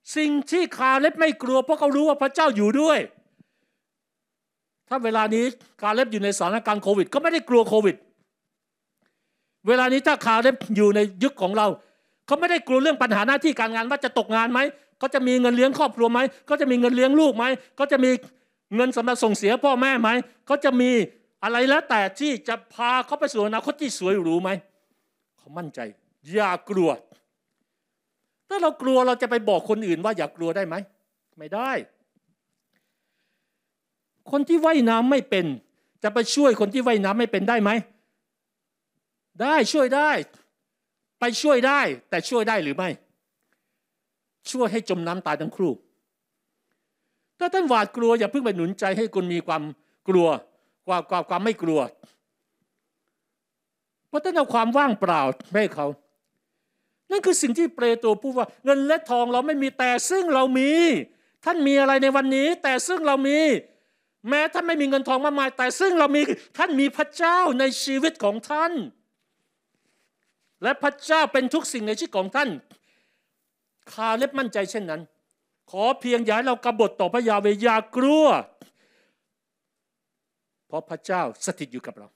สิ่งที่คาเล็บไม่กลัวเพราะเขารู้ว่าพระเจ้าอยู่ด้วยถ้าเวลานี้คาเล็บอยู่ในสถานการณ์โควิดก็ไม่ได้กลัวโควิดเวลานี้ถ้าคาเล็บอยู่ในยุคของเราเขาไม่ได้กลัวเรื่องปัญหาหน้าที่การงานว่าจะตกงานไหมเขาจะมีเงินเลี้ยงครอบครัวไหมเขาจะมีเงินเลี้ยงลูกไหมเขาจะมีเงินสำหรับส่งเสียพ่อแม่ไหมเขาจะมีอะไรแล้วแต่ที่จะพาเขาไปสู่อนาคตที่สวยหรูไหมเขามั่นใจอย่ากลัวถ้าเรากลัวเราจะไปบอกคนอื่นว่าอย่ากลัวได้ไหมไม่ได้คนที่ว่ายน้ำไม่เป็นจะไปช่วยคนที่ว่ายน้ำไม่เป็นได้ไหมได้ช่วยได้ไปช่วยได้แต่ช่วยได้หรือไม่ช่วยให้จมน้ำตายทั้งคู่ถ้าท่านหวาดกลัวอย่าเพิ่งไปหนุนใจให้คุณมีความกลัวกว่าความความไม่กลัวเพราะท่านเอาความว่างเปล่าให้เขานั่นคือสิ่งที่เปโตรพูดว่าเงินและทองเราไม่มีแต่ซึ่งเรามีท่านมีอะไรในวันนี้แต่ซึ่งเรามีแม้ท่านไม่มีเงินทองมากมายแต่ซึ่งเรามีท่านมีพระเจ้าในชีวิตของท่านและพระเจ้าเป็นทุกสิ่งในชีวิตของท่านคาเล็บมั่นใจเช่นนั้นขอเพียงอย่าให้เรากบฏต่อพระยาเวห์อย่ากลัวเพราะพระเจ้าสถิตอยู่กับเรา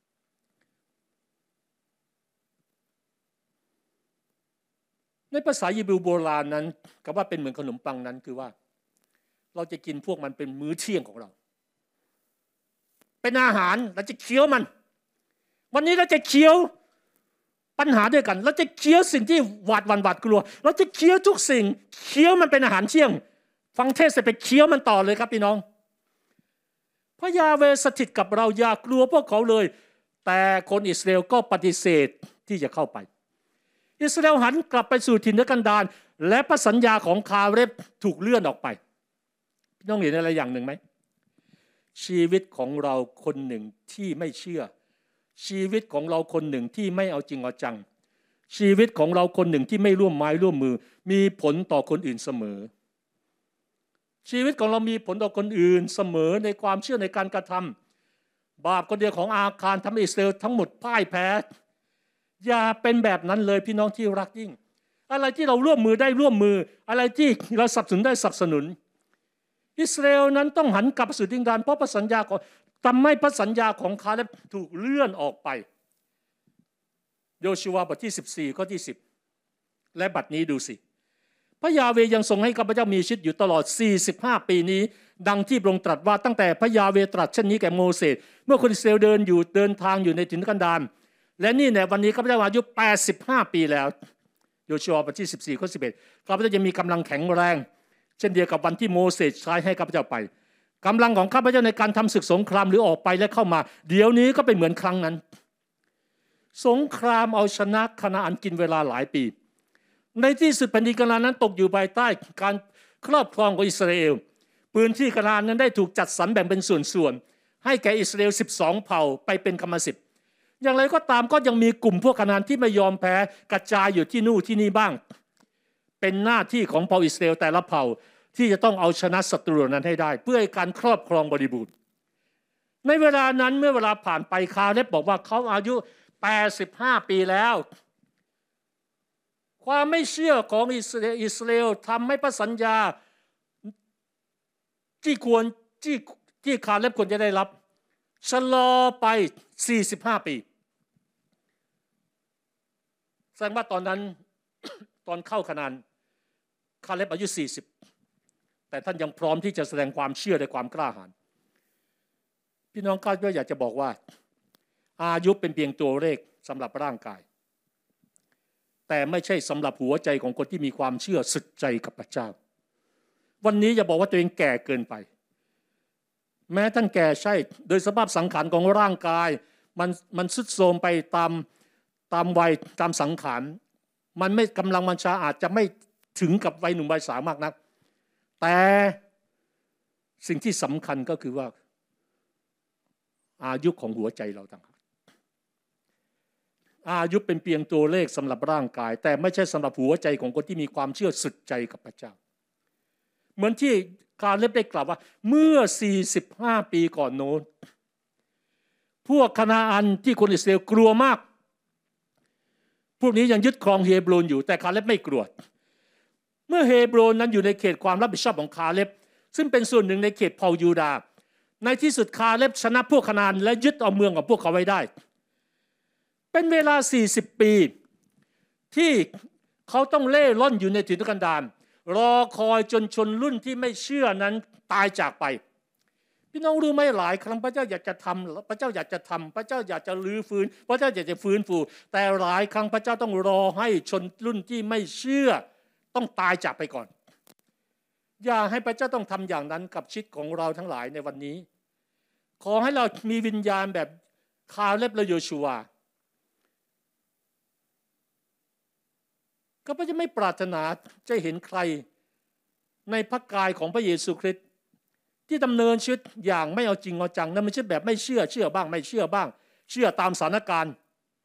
ในภาษาฮีบรูโบราณนั้นคำว่าเป็นเหมือนขนมปังนั้นคือว่าเราจะกินพวกมันเป็นมื้อเที่ยงของเราเป็นอาหารเราจะเคี้ยวมันวันนี้เราจะเคี้ยวปัญหาด้วยกันเราจะเคี้ยวสิ่งที่หวาดหวั่นหวาดกลัวเราจะเคี้ยวทุกสิ่งเคี้ยวมันเป็นอาหารเที่ยงฟังเทศเสร็จไปเคี้ยวมันต่อเลยครับพี่น้องพระยาเวห์สถิตกับเราอย่ากลัวพวกเขาเลยแต่คนอิสราเอลก็ปฏิเสธที่จะเข้าไปอิสราเอลหันกลับไปสู่ถิ่นทุรกันดารและพระสัญญาของคาเล็บถูกเลื่อนออกไปพี่น้องเห็นอะไรอย่างหนึ่งไหมชีวิตของเราคนหนึ่งที่ไม่เชื่อชีวิตของเราคนหนึ่งที่ไม่เอาจริงเอาจังชีวิตของเราคนหนึ่งที่ไม่ร่วมไม้ร่วมมือมีผลต่อคนอื่นเสมอชีวิตของเรามีผลต่อคนอื่นเสมอในความเชื่อในการกระทำบาปคนเดียวของอาคารทำให้อิสราเอลทั้งหมดพ่ายแพ้อย่าเป็นแบบนั้นเลยพี่น้องที่รักยิ่งอะไรที่เราร่วมมือได้ร่วมมืออะไรที่เราสนับสนุนได้สนับสนุนอิสราเอลนั้นต้องหันกลับสู่ดินแดนเพราะพระสัญญาของทำให้พระสัญญาของคาเล็บถูกเลื่อนออกไปโยชูวาบทที่สิบสี่ข้อที่สิบและบัดนี้ดูสิพระยาเวห์ยังทรงให้ข้าพเจ้ามีชีวิตอยู่ตลอดสี่สิบห้าปีนี้ดังที่พระองค์ตรัสว่าตั้งแต่พระยาเวห์ตรัสเช่นนี้แก่โมเสสเมื่อคนอิสราเอลเดินอยู่เดินทางอยู่ในถิ่นทุรกันดารและนี่เนี่ยวันนี้ข้าพเจ้าอายุแปดสิบห้าปีแล้วโยชูวาบทที่สิบสี่ข้อสิบเอ็ดข้าพเจ้าจะมีกำลังแข็งแรงเช่นเดียวกับวันที่โมเสสใช้ให้ข้าพเจ้าไปกำลังของข้าพเจ้าในการทำศึกสงครามหรือออกไปและเข้ามาเดี๋ยวนี้ก็เป็นเหมือนครั้งนั้นสงครามเอาชนะคณาอันกินเวลาหลายปีในที่สุดแผ่นดินคณาอันนั้นตกอยู่ภายใต้การครอบครองของอิสราเอลพื้นที่คณาอันนั้นได้ถูกจัดสรรแบ่งเป็นส่วนๆให้แก่อิสราเอลสิบสองเผ่าไปเป็นกรรมสิทธิ์อย่างไรก็ตามก็ยังมีกลุ่มพวกคณาอันที่ไม่ยอมแพ้กระจายอยู่ที่นู่นที่นี่บ้างเป็นหน้าที่ของเผ่าอิสราเอลแต่ละเผ่าที่จะต้องเอาชนะศัตรูนั้นให้ได้เพื่อให้การครอบครองบริบูรณ์ในเวลานั้นเมื่อเวลาผ่านไปคาเล็บบอกว่าเขาอายุแปดสิบห้าปีแล้วความไม่เชื่อของอิสราเอลทำให้พระสัญญาที่ควรที่ที่คาเล็บควรจะได้รับชะลอไปสี่สิบห้าปีแสดงว่าตอนนั้นตอนเข้าคานาอันคาเล็บอายุสี่สิบแต่ท่านยังพร้อมที่จะแสดงความเชื่อในความกล้าหาญพี่น้องก็อยากจะบอกว่าอายุเป็นเพียงตัวเลขสำหรับร่างกายแต่ไม่ใช่สำหรับหัวใจของคนที่มีความเชื่อสุดใจกับพระเจ้าวันนี้อย่าบอกว่าตัวเองแก่เกินไปแม้ท่านแก่ใช่โดยสภาพสังขารของร่างกายมันมันทรุดโทรมไปตามตามวัยตามสังขารมันไม่กำลังวังชาอาจจะไม่ถึงกับวัยหนุ่มวัยสาวมากนักแต่สิ่งที่สำคัญก็คือว่าอายุของหัวใจเราต่างหากอายุเป็นเพียงตัวเลขสำหรับร่างกายแต่ไม่ใช่สำหรับหัวใจของคนที่มีความเชื่อสุดใจกับพระเจ้าเหมือนที่คาเล็บได้กล่าวว่าเมื่อสี่สิบห้าปีก่อนโน้นพวกคณาอันที่คนอิสราเอลกลัวมากพวกนี้ยังยึดครองเฮบรนอยู่แต่คาเล็บไม่กลัวเมื่อเฮโบรนนั้นอยู่ในเขตความรับผิดชอบของคาเล็บซึ่งเป็นส่วนหนึ่งในเขตเผ่ายูดาห์ในที่สุดคาเล็บชนะพวกคานาอันและยึดเอาเมืองของพวกเขาไว้ได้เป็นเวลาสี่สิบปีที่เขาต้องเล่ร่อนอยู่ในถิ่นทุรกันดารรอคอยจนชนรุ่นที่ไม่เชื่อนั้นตายจากไปพี่น้องรู้ไหมหลายครั้งพระเจ้าอยากจะทำพระเจ้าอยากจะทำพระเจ้าอยากจะรื้อฟื้นพระเจ้าอยากจะฟื้นฟูแต่หลายครั้งพระเจ้าต้องรอให้ชนรุ่นที่ไม่เชื่อต้องตายจากไปก่อนอย่าให้พระเจ้าต้องทำอย่างนั้นกับชีวิตของเราทั้งหลายในวันนี้ขอให้เรามีวิญญาณแบบคาเล็บและโยชูวาก็พระเจ้าไม่ปรารถนาจะเห็นใครในพระกายของพระเยซูคริสต์ที่ดำเนินชีวิตอย่างไม่เอาจริงเอาจังนั่นไม่ใช่แบบไม่เชื่อเชื่อบ้างไม่เชื่อบ้างเชื่อตามสถานการณ์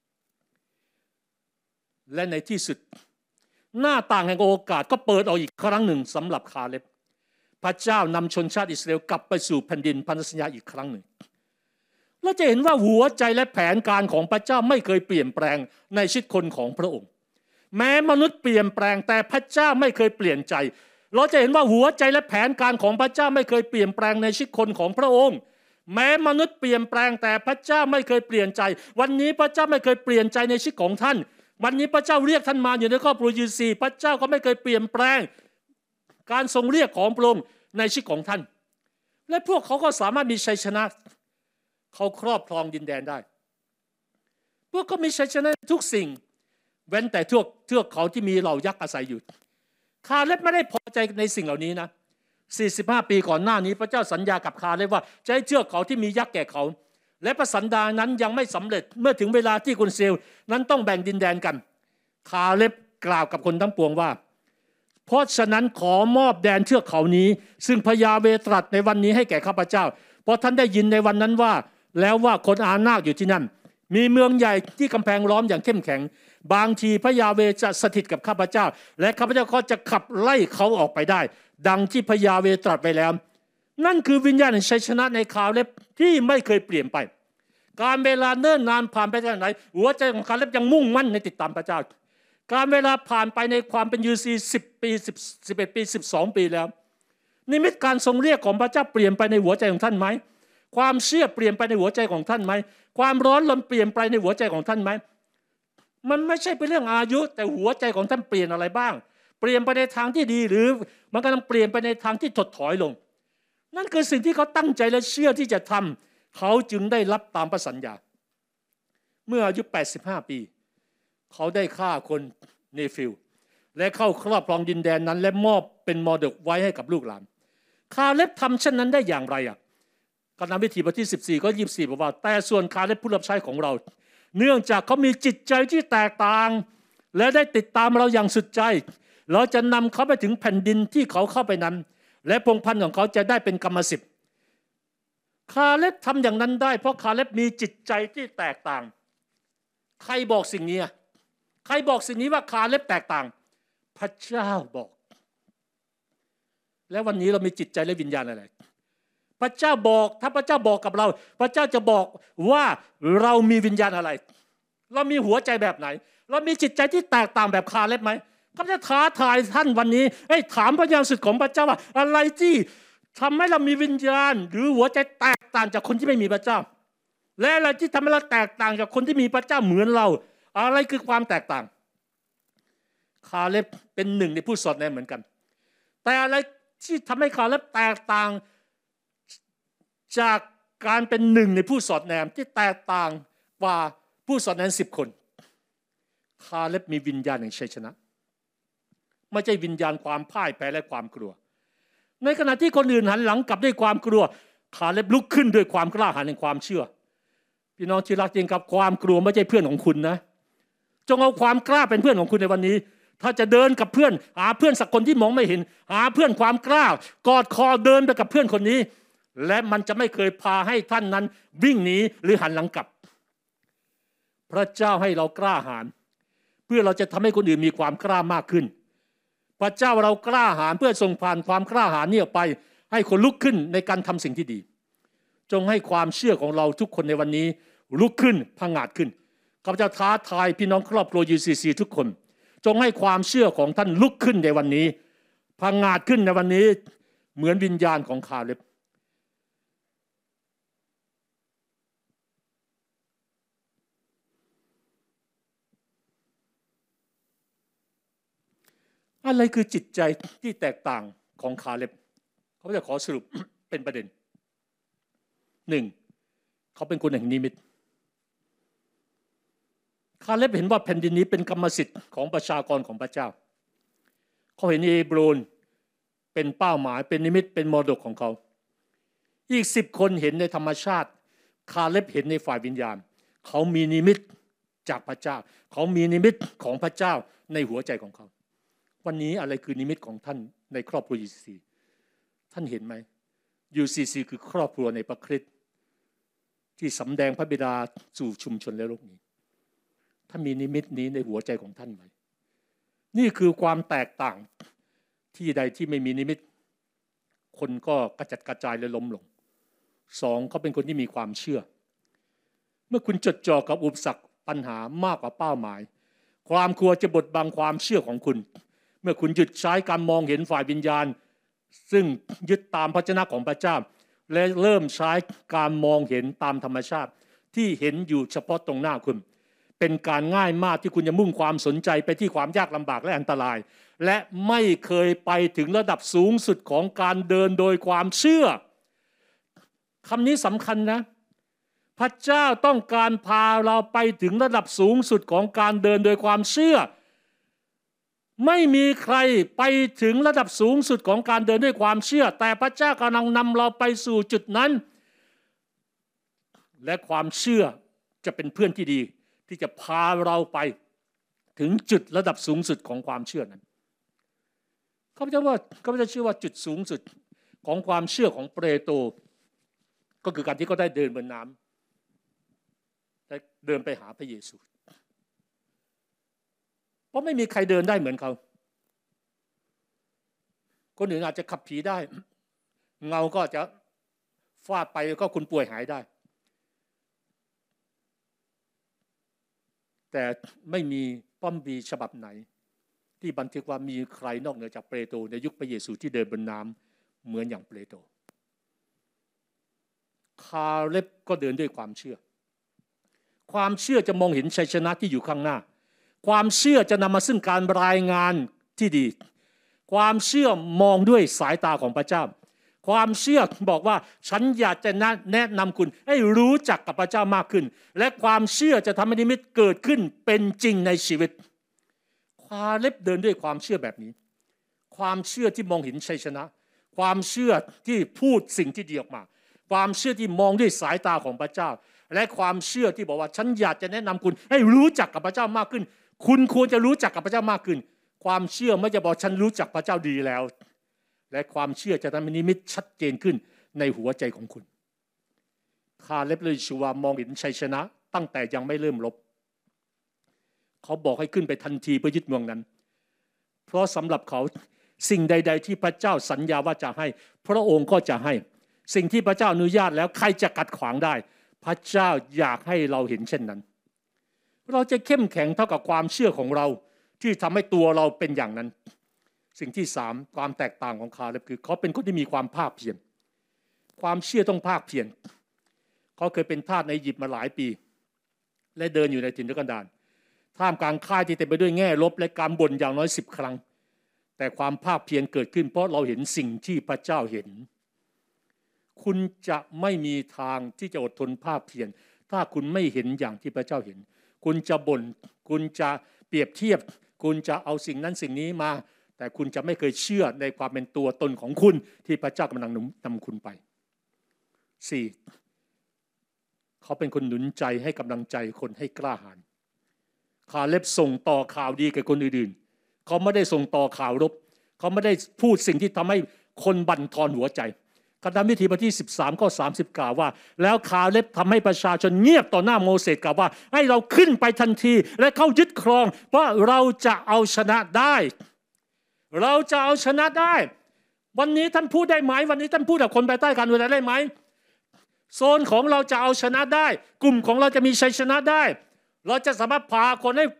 และในที่สุดหน้าต่างแห่งโอกาสก็เปิดออกอีกครั้งหนึ่งสำหรับคาเล็บพระเจ้านำชนชาติอิสราเอลกลับไปสู่แผ่นดินพันธสัญญาอีกครั้งหนึ่งเราจะเห็นว่าหัวใจและแผนการของพระเจ้าไม่เคยเปลี่ยนแปลงในชีวิตคนของพระองค์แม้มนุษย์เปลี่ยนแปลงแต่พระเจ้าไม่เคยเปลี่ยนใจเราจะเห็นว่าหัวใจและแผนการของพระเจ้าไม่เคยเปลี่ยนแปลงในชีวิตคนของพระองค์แม้มนุษย์เปลี่ยนแปลงแต่พระเจ้าไม่เคยเปลี่ยนใจวันนี้พระเจ้าไม่เคยเปลี่ยนใจในชีวิตของท่านวันนี้พระเจ้าเรียกท่านมาอยู่ในครอบครัวยูซีพระเจ้าก็ไม่เคยเปลี่ยนแปลงการทรงเรียกของพระองค์ในชีวิตของท่านและพวกเขาก็สามารถมีชัยชนะเขาครอบครองดินแดนได้พวกเขามีชัยชนะทุกสิ่งเว้นแต่เทือกเทือกเขาที่มีเหล่ายักษ์อาศัยอยู่คาเล็บไม่ได้พอใจในสิ่งเหล่านี้นะสี่สิบห้าปีก่อนหน้านี้พระเจ้าสัญญากับคาเล็บว่าจะให้เทือกเขาที่มียักษ์แก่เขาและพระสัญญานั้นยังไม่สำเร็จเมื่อถึงเวลาที่คนเซลนั้นต้องแบ่งดินแดนกันคาเล็บกล่าวกับคนทั้งปวงว่าเพราะฉะนั้นขอมอบแดนเทือกเขานี้ซึ่งพระยาเวตรัสในวันนี้ให้แก่ข้าพเจ้าเพราะท่านได้ยินในวันนั้นว่าแล้วว่าคนอานาคอยู่ที่นั่นมีเมืองใหญ่ที่กำแพงล้อมอย่างเข้มแข็งบางทีพระยาเวจะสถิตกับข้าพเจ้าและข้าพเจ้าก็จะขับไล่เขาออกไปได้ดังที่พระยาเวตรัสไปแล้วนั่นคือวิญญาณแห่งชัยชนะในคาเล็บที่ไม่เคยเปลี่ยนไปการเวลาเนิ่นนานผ่านไปเท่าไหนหัวใจของคาเล็บยังมุ่งมั่นในติดตามพระเจ้าการเวลาผ่านไปในความเป็นยูซีสิบปีสิบ สิบเอ็ดปีสิบสองปีแล้วนิมิตการทรงเรียกของพระเจ้าเปลี่ยนไปในหัวใจของท่านไหมความเชื่อเปลี่ยนไปในหัวใจของท่านไหมความร้อนรนเปลี่ยนไปในหัวใจของท่านไหมมันไม่ใช่เป็นเรื่องอายุแต่หัวใจของท่านเปลี่ยนอะไรบ้างเปลี่ยนไปในทางที่ดีหรือมันกำลังเปลี่ยนไปในทางที่ถดถอยลงนั่นคือสิ่งที่เขาตั้งใจและเชื่อที่จะทำเขาจึงได้รับตามพระสัญญาเมื่ออายุแปดสิบห้าปีเขาได้ฆ่าคนเนฟิลและเข้าครอบครองดินแดนนั้นและมอบเป็นมรดกไว้ให้กับลูกหลานคาเล็บทำเช่นนั้นได้อย่างไรอ่ะกำลังวิธีบทที่สิบสี่ก็ยี่สิบสี่บอกว่าแต่ส่วนคาเล็บผู้รับใช้ของเราเนื่องจากเขามีจิตใจที่แตกต่างและได้ติดตามเราอย่างสุดใจเราจะนำเขาไปถึงแผ่นดินที่เขาเข้าไปนั้นและพงศ์พันธุ์ของเขาจะได้เป็นกรรมสิทธิ์คาเล็บทำอย่างนั้นได้เพราะคาเล็บมีจิตใจที่แตกต่างใครบอกสิ่งนี้ใครบอกสิ่งนี้ว่าคาเล็บแตกต่างพระเจ้าบอกแล้ววันนี้เรามีจิตใจและวิญญาณอะไรพระเจ้าบอกถ้าพระเจ้าบอกกับเราพระเจ้าจะบอกว่าเรามีวิญญาณอะไรเรามีหัวใจแบบไหนเรามีจิตใจที่แตกต่างแบบคาเล็บไหมข้าพเจ้าท้าทายท่านวันนี้ให้ถามพระญาณสุดของพระเจ้าว่าอะไรที่ทำให้เรามีวิญญาณหรือหัวใจแตกต่างจากคนที่ไม่มีพระเจ้าและอะไรที่ทำให้เราแตกต่างจากคนที่มีพระเจ้าเหมือนเราอะไรคือความแตกต่างคาเล็บเป็นหนึ่งในผู้สอดแนมเหมือนกันแต่อะไรที่ทำให้คาเล็บแตกต่างจากการเป็นหนึ่งในผู้สอดแนมที่แตกต่างกว่าผู้สอดแนมสิบคนคาเล็บมีวิญญาณแห่งชัยชนะไม่ใช่วิญญาณความพ่ายแพ้และความกลัวในขณะที่คนอื่นหันหลังกลับด้วยความกลัวคาเล็บลุกขึ้นด้วยความกล้าหาญแห่งความเชื่อพี่น้องที่รักจริงครับความกลัวไม่ใช่เพื่อนของคุณนะจงเอาความกล้าเป็นเพื่อนของคุณในวันนี้ถ้าจะเดินกับเพื่อนหาเพื่อนสักคนที่มองไม่เห็นหาเพื่อนความกล้ากอดคอเดินไปกับเพื่อนคนนี้และมันจะไม่เคยพาให้ท่านนั้นวิ่งหนีหรือหันหลังกลับพระเจ้าให้เรากล้าหาญเพื่อเราจะทำให้คนอื่นมีความกล้ามากขึ้นพระเจ้าเรากล้าหาญเพื่อส่งผ่านความกล้าหาญนี้ออกไปให้คนลุกขึ้นในการทำสิ่งที่ดีจงให้ความเชื่อของเราทุกคนในวันนี้ลุกขึ้นผงาดขึ้นข้าพเจ้าท้าทายพี่น้องครอบครัว ยู ซี ซี ทุกคนจงให้ความเชื่อของท่านลุกขึ้นในวันนี้พังงาดขึ้นในวันนี้เหมือนวิญญาณของคาเล็บอะไรคือจิตใจที่แตกต่างของคาเล็บเขาจะขอสรุป เป็นประเด็นหนึ่งเขาเป็นคนแห่งนิมิตคาเล็บเห็นว่าแผ่นดินนี้เป็นกรรมสิทธิ์ของประชากรของพระเจ้าเขาเห็นเอโบรนเป็นเป้าหมายเป็นนิมิตเป็นมรดกของเขาอีกสิบคนเห็นในธรรมชาติคาเล็บเห็นในฝ่ายวิญญาณเขามีนิมิตจากพระเจ้าเขามีนิมิตของพระเจ้าในหัวใจของเขาวันนี้อะไรคือนิมิตของท่านในครอบครัว ยู ซี ซี ท่านเห็นไหม ยู ซี ซี คือครอบครัวในพระคริสต์ที่สำแดงพระบิดาสู่ชุมชนและโลกนี้ท่านมีนิมิตนี้ในหัวใจของท่านไหมนี่คือความแตกต่างที่ใดที่ไม่มีนิมิตคนก็กระจัดกระจายและล้มลงสองเขาเป็นคนที่มีความเชื่อเมื่อคุณจดจ่อกับอุปสรรคปัญหามากกว่าเป้าหมายความกลัวจะบดบังความเชื่อของคุณเมื่อคุณหยุดใช้การมองเห็นฝ่ายวิญญาณซึ่งยึดตามพระวจนะของพระเจ้าและเริ่มใช้การมองเห็นตามธรรมชาติที่เห็นอยู่เฉพาะตรงหน้าคุณเป็นการง่ายมากที่คุณจะมุ่งความสนใจไปที่ความยากลำบากและอันตรายและไม่เคยไปถึงระดับสูงสุดของการเดินโดยความเชื่อคำนี้สำคัญนะพระเจ้าต้องการพาเราไปถึงระดับสูงสุดของการเดินโดยความเชื่อไม่มีใครไปถึงระดับสูงสุดของการเดินด้วยความเชื่อแต่พระเจ้ากำลังนำเราไปสู่จุดนั้นและความเชื่อจะเป็นเพื่อนที่ดีที่จะพาเราไปถึงจุดระดับสูงสุดของความเชื่อนั้นข้าพเจ้าว่าข้าพเจ้าเชื่อว่าจุดสูงสุดของความเชื่อของเปโตรก็คือการที่เขาได้เดินบนน้ำและเดินไปหาพระเยซูเพราะไม่มีใครเดินได้เหมือนเขาคนอื่นอาจจะขับผีได้เงาก็จะฟาดไปก็คุณป่วยหายได้แต่ไม่มีป้อมบีฉบับไหนที่บันทึกว่ามีใครนอกเหนือจากเปโตรในยุคพระเยซูที่เดินบนน้ำเหมือนอย่างเปโตรคาเล็บก็เดินด้วยความเชื่อความเชื่อจะมองเห็นชัยชนะที่อยู่ข้างหน้าความเชื่อจะนำมาซึ่งการรายงานที่ดีความเชื่อมองด้วยสายตาของพระเจ้าความเชื่อบอกว่าฉันอยากจะแนะนำคุณให้รู้จักกับพระเจ้ามากขึ้นและความเชื่อจะทำให้นิมิตเกิดขึ้นเป็นจริงในชีวิตคาเล็บเดินด้วยความเชื่อแบบนี้ความเชื่อที่มองเห็นชัยชนะความเชื่อที่พูดสิ่งที่ดีออกมาความเชื่อที่มองด้วยสายตาของพระเจ้าและความเชื่อที่บอกว่าฉันอยากจะแนะนำคุณให้รู้จักกับพระเจ้ามากขึ้นคุณควรจะรู้จักกับพระเจ้ามากขึ้นความเชื่อไม่จะบอกฉันรู้จักพระเจ้าดีแล้วและความเชื่อจะทำให้นิมิตชัดเจนขึ้นในหัวใจของคุณคาเล็บและโยชูวามองเห็นชัยชนะตั้งแต่ยังไม่เริ่มรบเขาบอกให้ขึ้นไปทันทีเพื่อยึดเมืองนั้นเพราะสำหรับเขาสิ่งใดๆที่พระเจ้าสัญญาว่าจะให้พระองค์ก็จะให้สิ่งที่พระเจ้าอนุญาตแล้วใครจะขัดขวางได้พระเจ้าอยากให้เราเห็นเช่นนั้นเราจะเข้มแข็งเท่ากับความเชื่อของเราที่ทำให้ตัวเราเป็นอย่างนั้นสิ่งที่สามความแตกต่างของคาเล็บคือเขาเป็นคนที่มีความภาคเพียรความเชื่อต้องภาคเพียรเขาเคยเป็นทาสในอียิปต์มาหลายปีและเดินอยู่ในถิ่นทุรกันดารท่ามกลางค่ายที่เต็มไปด้วยแง่ลบและการบ่นอย่างน้อยสิบครั้งแต่ความภาคเพียรเกิดขึ้นเพราะเราเห็นสิ่งที่พระเจ้าเห็นคุณจะไม่มีทางที่จะอดทนภาคเพียรถ้าคุณไม่เห็นอย่างที่พระเจ้าเห็นคุณจะบ่นคุณจะเปรียบเทียบคุณจะเอาสิ่งนั้นสิ่งนี้มาแต่คุณจะไม่เคยเชื่อในความเป็นตัวตนของคุณที่พระเจ้ากำลังนำคุณไปสี่เขาเป็นคนหนุนใจให้กำลังใจคนให้กล้าหาญคาเล็บส่งต่อข่าวดีแก่คนอื่นๆเขาไม่ได้ส่งต่อข่าวรบเขาไม่ได้พูดสิ่งที่ทำให้คนบั่นทอนหัวใจกระทำพิธีบทที่สิบสามข้อสามสิบกล่าวว่าแล้วคาเล็บทำให้ประชาชนเงียบต่อหน้าโมเสสกล่าวว่าให้เราขึ้นไปทันทีและเข้ายึดครองเพราะเราจะเอาชนะได้เราจะเอาชนะได้วันนี้ท่านพูดได้ไหมวันนี้ท่านพูดกับคนภายใต้การดูแลได้ไหมโซนของเราจะเอาชนะได้กลุ่มของเราจะมีชัยชนะได้เราจะสามารถพาคนให้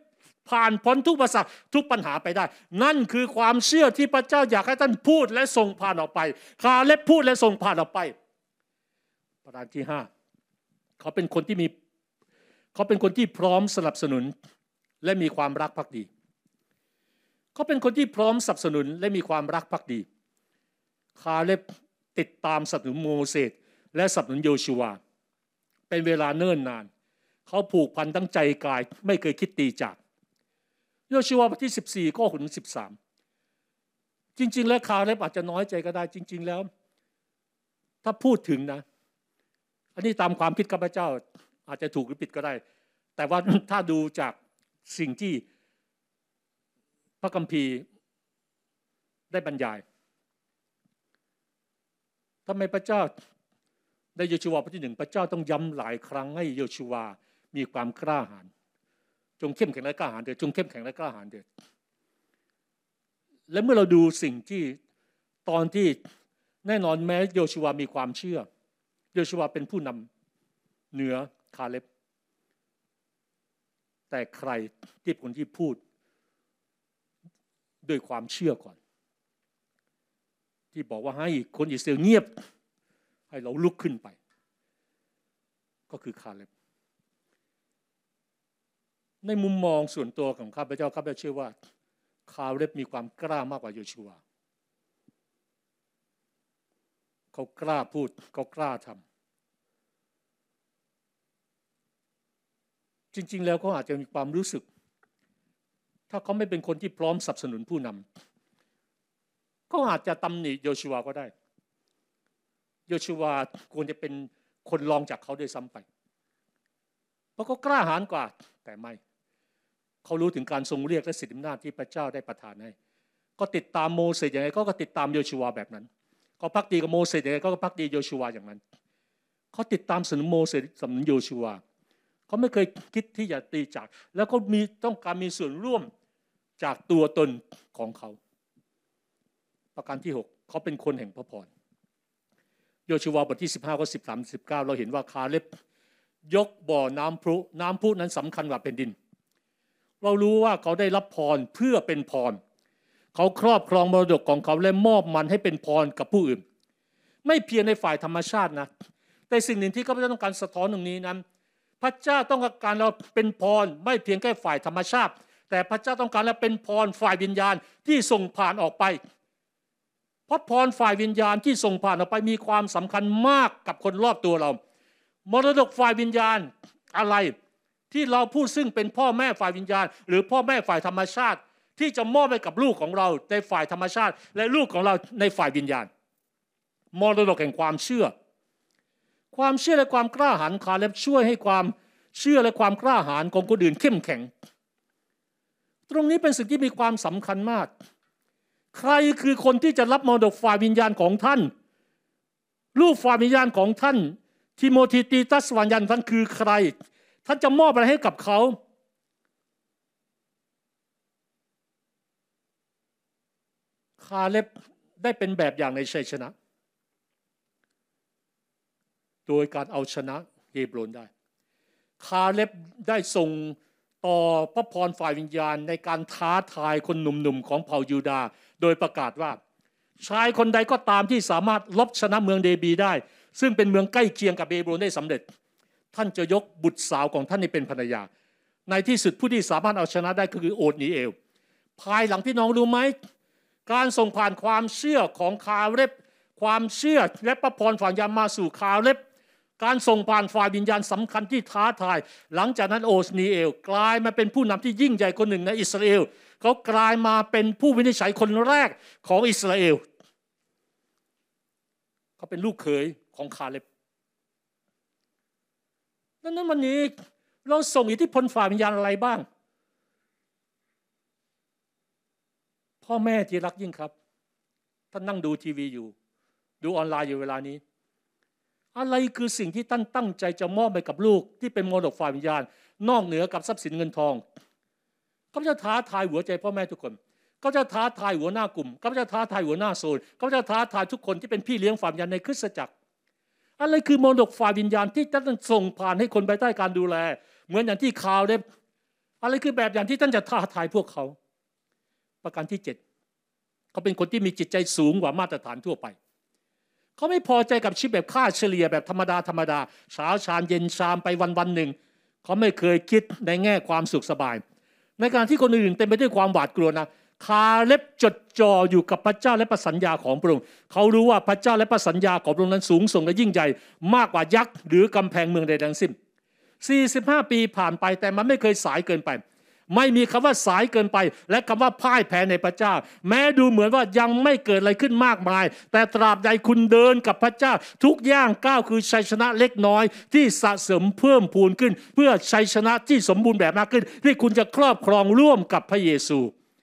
ผ่านพ้นทุกอุปสรรคทุกปัญหาไปได้นั่นคือความเชื่อที่พระเจ้าอยากให้ท่านพูดและส่งผ่านออกไปคาเล็บพูดและส่งผ่านออกไปประการที่ห้าเขาเป็นคนที่มีเขาเป็นคนที่พร้อมสนับสนุนและมีความรักภักดีเขาเป็นคนที่พร้อมสนับสนุนและมีความรักภักดีคาเล็บติดตามสนับสนุนโมเสสและสนับสนุนโยชูวาเป็นเวลาเนิ่นนานเขาผูกพันทั้งใจกายไม่เคยคิดตีจากโยชูวาบทที่สิบสี่ข้อหนึ่งถึงสิบสามจริงๆแล้วคาเล็บอาจจะน้อยใจก็ได้จริงๆแล้วถ้าพูดถึงนะอันนี้ตามความคิดข้าพเจ้าอาจจะถูกหรือผิดก็ได้แต่ว่าถ้าดูจากสิ่งที่พระคัมภีร์ได้บรรยายทำไมพระเจ้าในโยชูวาบทที่หนึ่งพระเจ้าต้องย้ำหลายครั้งให้โยชูวามีความกล้าหาญจงเข้มแข็งและกล้าหาญเถิดจงเข้มแข็งและกล้าหาญเถิดและเมื่อเราดูสิ่งที่ตอนที่แน่นอนแม้โยชูวามีความเชื่อโยชูวาเป็นผู้นำเหนือคาเล็บแต่ใครที่คนที่พูดด้วยความเชื่อก่อนที่บอกว่าให้คนอิสราเอลเงียบให้เราลุกขึ้นไปก็คือคาเล็บในมุมมองส่วนตัวของข้าพเจ้าข้าพเจ้าเชื่อว่าคาเล็บมีความกล้ามากกว่าโยชูวาเขากล้าพูดเขากล้าทำจริงๆแล้วเขาอาจจะมีความรู้สึกถ้าเขาไม่เป็นคนที่พร้อมสนับสนุนผู้นำก็อาจจะตำหนิโยชูวาก็ได้โยชูวาควรจะเป็นคนรองจากเขาด้วยซ้ำไปเพราะเขากล้าหาญกว่าแต่ไม่เขารู้ถึงการทรงเรียกและสิทธิอำนาจที่พระเจ้าได้ประทานให้ก็ติดตามโมเสสอย่างไรก็ติดตามโยชูวาแบบนั้นเขาภักดีกับโมเสสอย่างไรก็ภักดีโยชูวาอย่างนั้นเขาติดตามสนับสนุนโมเสสสนับสนุนโยชูวาเขาไม่เคยคิดที่จะตีจากแล้วก็มีต้องการมีส่วนร่วมจากตัวตนของเขาประการที่หกเขาเป็นคนแห่งพระพรโยชูวาบทที่สิบห้าข้อสิบสาม สิบเก้าเราเห็นว่าคาเล็บยกบ่อน้ำพุน้ำพุนั้นสำคัญกว่าแผ่นดินเรารู้ว่าเขาได้รับพรเพื่อเป็นพรเขาครอบครองมรดกของเขาและมอบมันให้เป็นพรกับผู้อื่นไม่เพียงในฝ่ายธรรมชาตินะแต่สิ่งหนึ่งที่ข้าพเจ้าต้องการสะท้อนตรงนี้นั้นพระเจ้าต้องการเราเป็นพรไม่เพียงแค่ฝ่ายธรรมชาติแต่พระเจ้าต้องการเราเป็นพรฝ่ายวิญญาณที่ส่งผ่านออกไปเพราะพรฝ่ายวิญญาณที่ส่งผ่านออกไปมีความสำคัญมากกับคนรอบตัวเรามรดกฝ่ายวิญญาณอะไรที่เราพูดซึ่งเป็นพ่อแม่ฝ่ายวิญญาณหรือพ่อแม่ฝ่ายธรรมชาติที่จะมอบให้กับลูกของเราในฝ่ายธรรมชาติและลูกของเราในฝ่ายวิญญาณมรดกแห่งความเชื่อความเชื่อและความกล้าหาญคาเล็บช่วยให้ความเชื่อและความกล้าหาญของคนอื่นเข้มแข็งตรงนี้เป็นสิ่งที่มีความสำคัญมากใครคือคนที่จะรับมรดกฝ่ายวิญญาณของท่านลูกฝ่ายวิญญาณของท่านทิโมธีตีตัสฝ่ายวิญญาณท่านคือใครท่านจะมอบอะไรให้กับเขาคาเล็บได้เป็นแบบอย่างในชัยชนะโดยการเอาชนะเฮบรนได้คาเล็บได้ส่งต่อพระพรฝ่ายวิญญาณในการท้าทายคนหนุ่มๆของเผ่ายูดาห์โดยประกาศว่าชายคนใดก็ตามที่สามารถลบชนะเมืองเดบีได้ซึ่งเป็นเมืองใกล้เคียงกับเฮบรนได้สำเร็จท่านจะยกบุตรสาวของท่านให้เป็นภรรยาในที่สุดผู้ที่สามารถเอาชนะได้ก็คือโอดนีเอลภายหลังพี่น้องรู้ไหมการส่งผ่านความเชื่อของคาเล็บความเชื่อและพระพรฝ่ายวิญญาณมาสู่คาเล็บการส่งผ่านฝ่ายวิญญาณสำคัญที่ท้าทายหลังจากนั้นโอสนีเอลกลายมาเป็นผู้นำที่ยิ่งใหญ่คนหนึ่งในอิสราเอลเขากลายมาเป็นผู้วินิจฉัยคนแรกของอิสราเอลเขาเป็นลูกเขยของคาเล็บดังนั้นวันนี้เราส่งอิทธิพลฝ่ายวิญญาณอะไรบ้างพ่อแม่ที่รักยิ่งครับท่านนั่งดูทีวีอยู่ดูออนไลน์อยู่เวลานี้อะไรคือสิ่งที่ท่านตั้งใจจะมอบไปกับลูกที่เป็นมรดกฝ่ายวิญญาณนอกเหนือกับทรัพย์สินเงินทองเขาจะท้าทายหัวใจพ่อแม่ทุกคนเขาจะท้าทายหัวหน้ากลุ่มเขาจะท้าทายหัวหน้าโซนเขาจะท้าทายทุกคนที่เป็นพี่เลี้ยงฝ่ายวิญญาณในคริสตจักรอะไรคือมรดกฝ่ายวิญญาณที่ท่านส่งผ่านให้คนภายใต้การดูแลเหมือนอย่างที่คาเล็บอะไรคือแบบอย่างที่ท่านจะท้าทายพวกเขาประการที่เจ็ดเขาเป็นคนที่มีจิตใจสูงกว่ามาตรฐานทั่วไปเขาไม่พอใจกับชีวิตแบบค่าเฉลี่ยแบบธรรมดาธรรมดาเช้าชามเย็นชามไปวันวันหนึ่งเขาไม่เคยคิดในแง่ความสุขสบายในการที่คนอื่นเต็มไปด้วยความหวาดกลัวนะคาเล็บจดจ่ออยู่กับพระเจ้าและพระสัญญาของพระองค์เขารู้ว่าพระเจ้าและพระสัญญาของพระองค์นั้นสูงส่งและยิ่งใหญ่มากกว่ายักษ์หรือกำแพงเมืองใดทั้งสิ้นสี่สิบห้าปีผ่านไปแต่มันไม่เคยสายเกินไปไม่มีคำว่าสายเกินไปและคำว่าพ่ายแพ้ในพระเจ้าแม้ดูเหมือนว่ายังไม่เกิดอะไรขึ้นมากมายแต่ตราบใดคุณเดินกับพระเจ้าทุกย่างก้าวคือชัยชนะเล็กน้อยที่สะสมเพิ่มพูนขึ้นเพื่อชัยชนะที่สมบูรณ์แบบมากขึ้นที่คุณจะครอบครองร่วมกับพระเยซู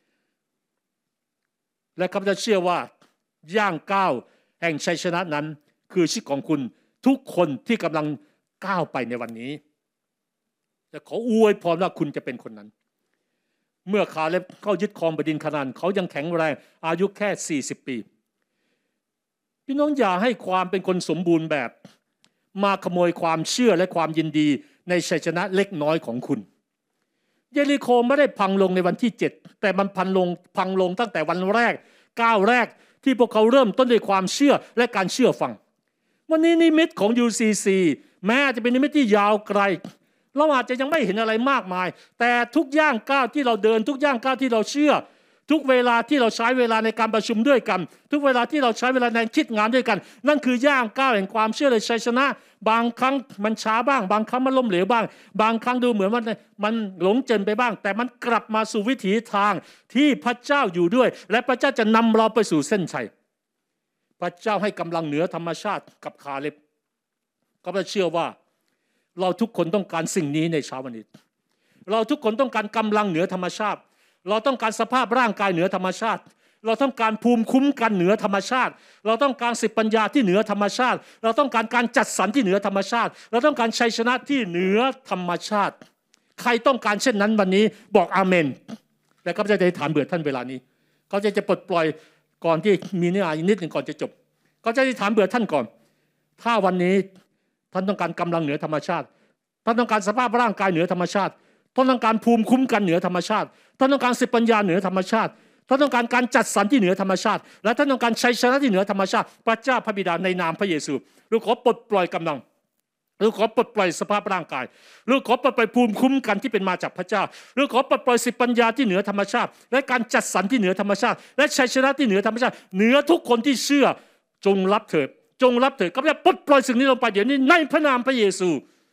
และข้าพเจ้าเชื่อว่าย่างก้าวแห่งชัยชนะนั้นคือชีวิตของคุณทุกคนที่กำลังก้าวไปในวันนี้แต่ขออวยพรว่าคุณจะเป็นคนนั้นเมื่อคาเล็บเข้ายึดครองแผ่นดินคานาอันเขายังแข็งแรงอายุแค่สี่สิบปีพี่น้องอย่าให้ความเป็นคนสมบูรณ์แบบมาขโมยความเชื่อและความยินดีในชัยชนะเล็กน้อยของคุณเยริโคไม่ได้พังลงในวันที่เจ็ดแต่มันพังลงพังลงตั้งแต่วันแรกก้าวแรกที่พวกเขาเริ่มต้นด้วยความเชื่อและการเชื่อฟังวันนี้นิมิตของ ยู ซี ซี แม้จะเป็นนิมิตที่ยาวไกลเราอาจจะยังไม่เห็นอะไรมากมายแต่ทุกย่างก้าวที่เราเดินทุกย่างก้าวที่เราเชื่อทุกเวลาที่เราใช้เวลาในการประชุมด้วยกันทุกเวลาที่เราใช้เวลาในคิดงานด้วยกันนั่นคือย่างก้าวแห่งความเชื่อและชัยชนะบางครั้งมันช้าบ้างบางครั้งมันล้มเหลวบ้างบางครั้งดูเหมือนว่ามันหลงเจินไปบ้างแต่มันกลับมาสู่วิถีทางที่พระเจ้าอยู่ด้วยและพระเจ้าจะนำเราไปสู่เส้นชัยพระเจ้าให้กำลังเหนือธรรมชาติกับคาเล็บก็เชื่อว่าเราทุกคนต้องการสิ่งนี้ในเช้าวันนี้เราทุกคนต้องการกำลังเหนือธรรมชาติเราต้องการสภาพร่างกายเหนือธรรมชาติเราต้องการภูมิคุ้มกันเหนือธรรมชาติเราต้องการสิทธิปัญญาที่เหนือธรรมชาติเราต้องการการจัดสรรที่เหนือธรรมชาติเราต้องการชัยชนะที่เหนือธรรมชาติใครต้องการเช่นนั้นวันนี้บอกอาเมนและข้าพเจ้าจะถามเบื่อท่านเวลานี้เขาจะจะปลดปล่อยก่อนที่มีเนื้อหาอีกนิดหนึ่งก่อนจะจบเขาจะถามเบื่อท่านก่อนถ้าวันนี้ท่านต้องการกำลังเหนือธรรมชาติท่านต้องการสภาพร่างกายเหนือธรรมชาติท่านต้องการภูมิคุ้มกันเหนือธรรมชาติท่านต้องการสิทธิปัญญาเหนือธรรมชาติท่านต้องการการจัดสรรที่เหนือธรรมชาติและท่านต้องการชัยชนะที่เหนือธรรมชาติพระเจ้าพระบิดาในนามพระเยซูเราขอปลดปล่อยกำลังเราขอปลดปล่อยสภาพร่างกายเราขอปลดปล่อยภูมิคุ้มกันที่เป็นมาจากพระเจ้าเราขอปลดปล่อยสิทธิปัญญาที่เหนือธรรมชาติและการจัดสรรที่เหนือธรรมชาติและชัยชนะที่เหนือธรรมชาติเหนือทุกคนที่เชื่อจงรับเถิดจงรับเถิดข้าพเจ้าปลดปล่อยสิ่งนี้ลงไปเดี๋ยวนี้ในพระนามพระเยซู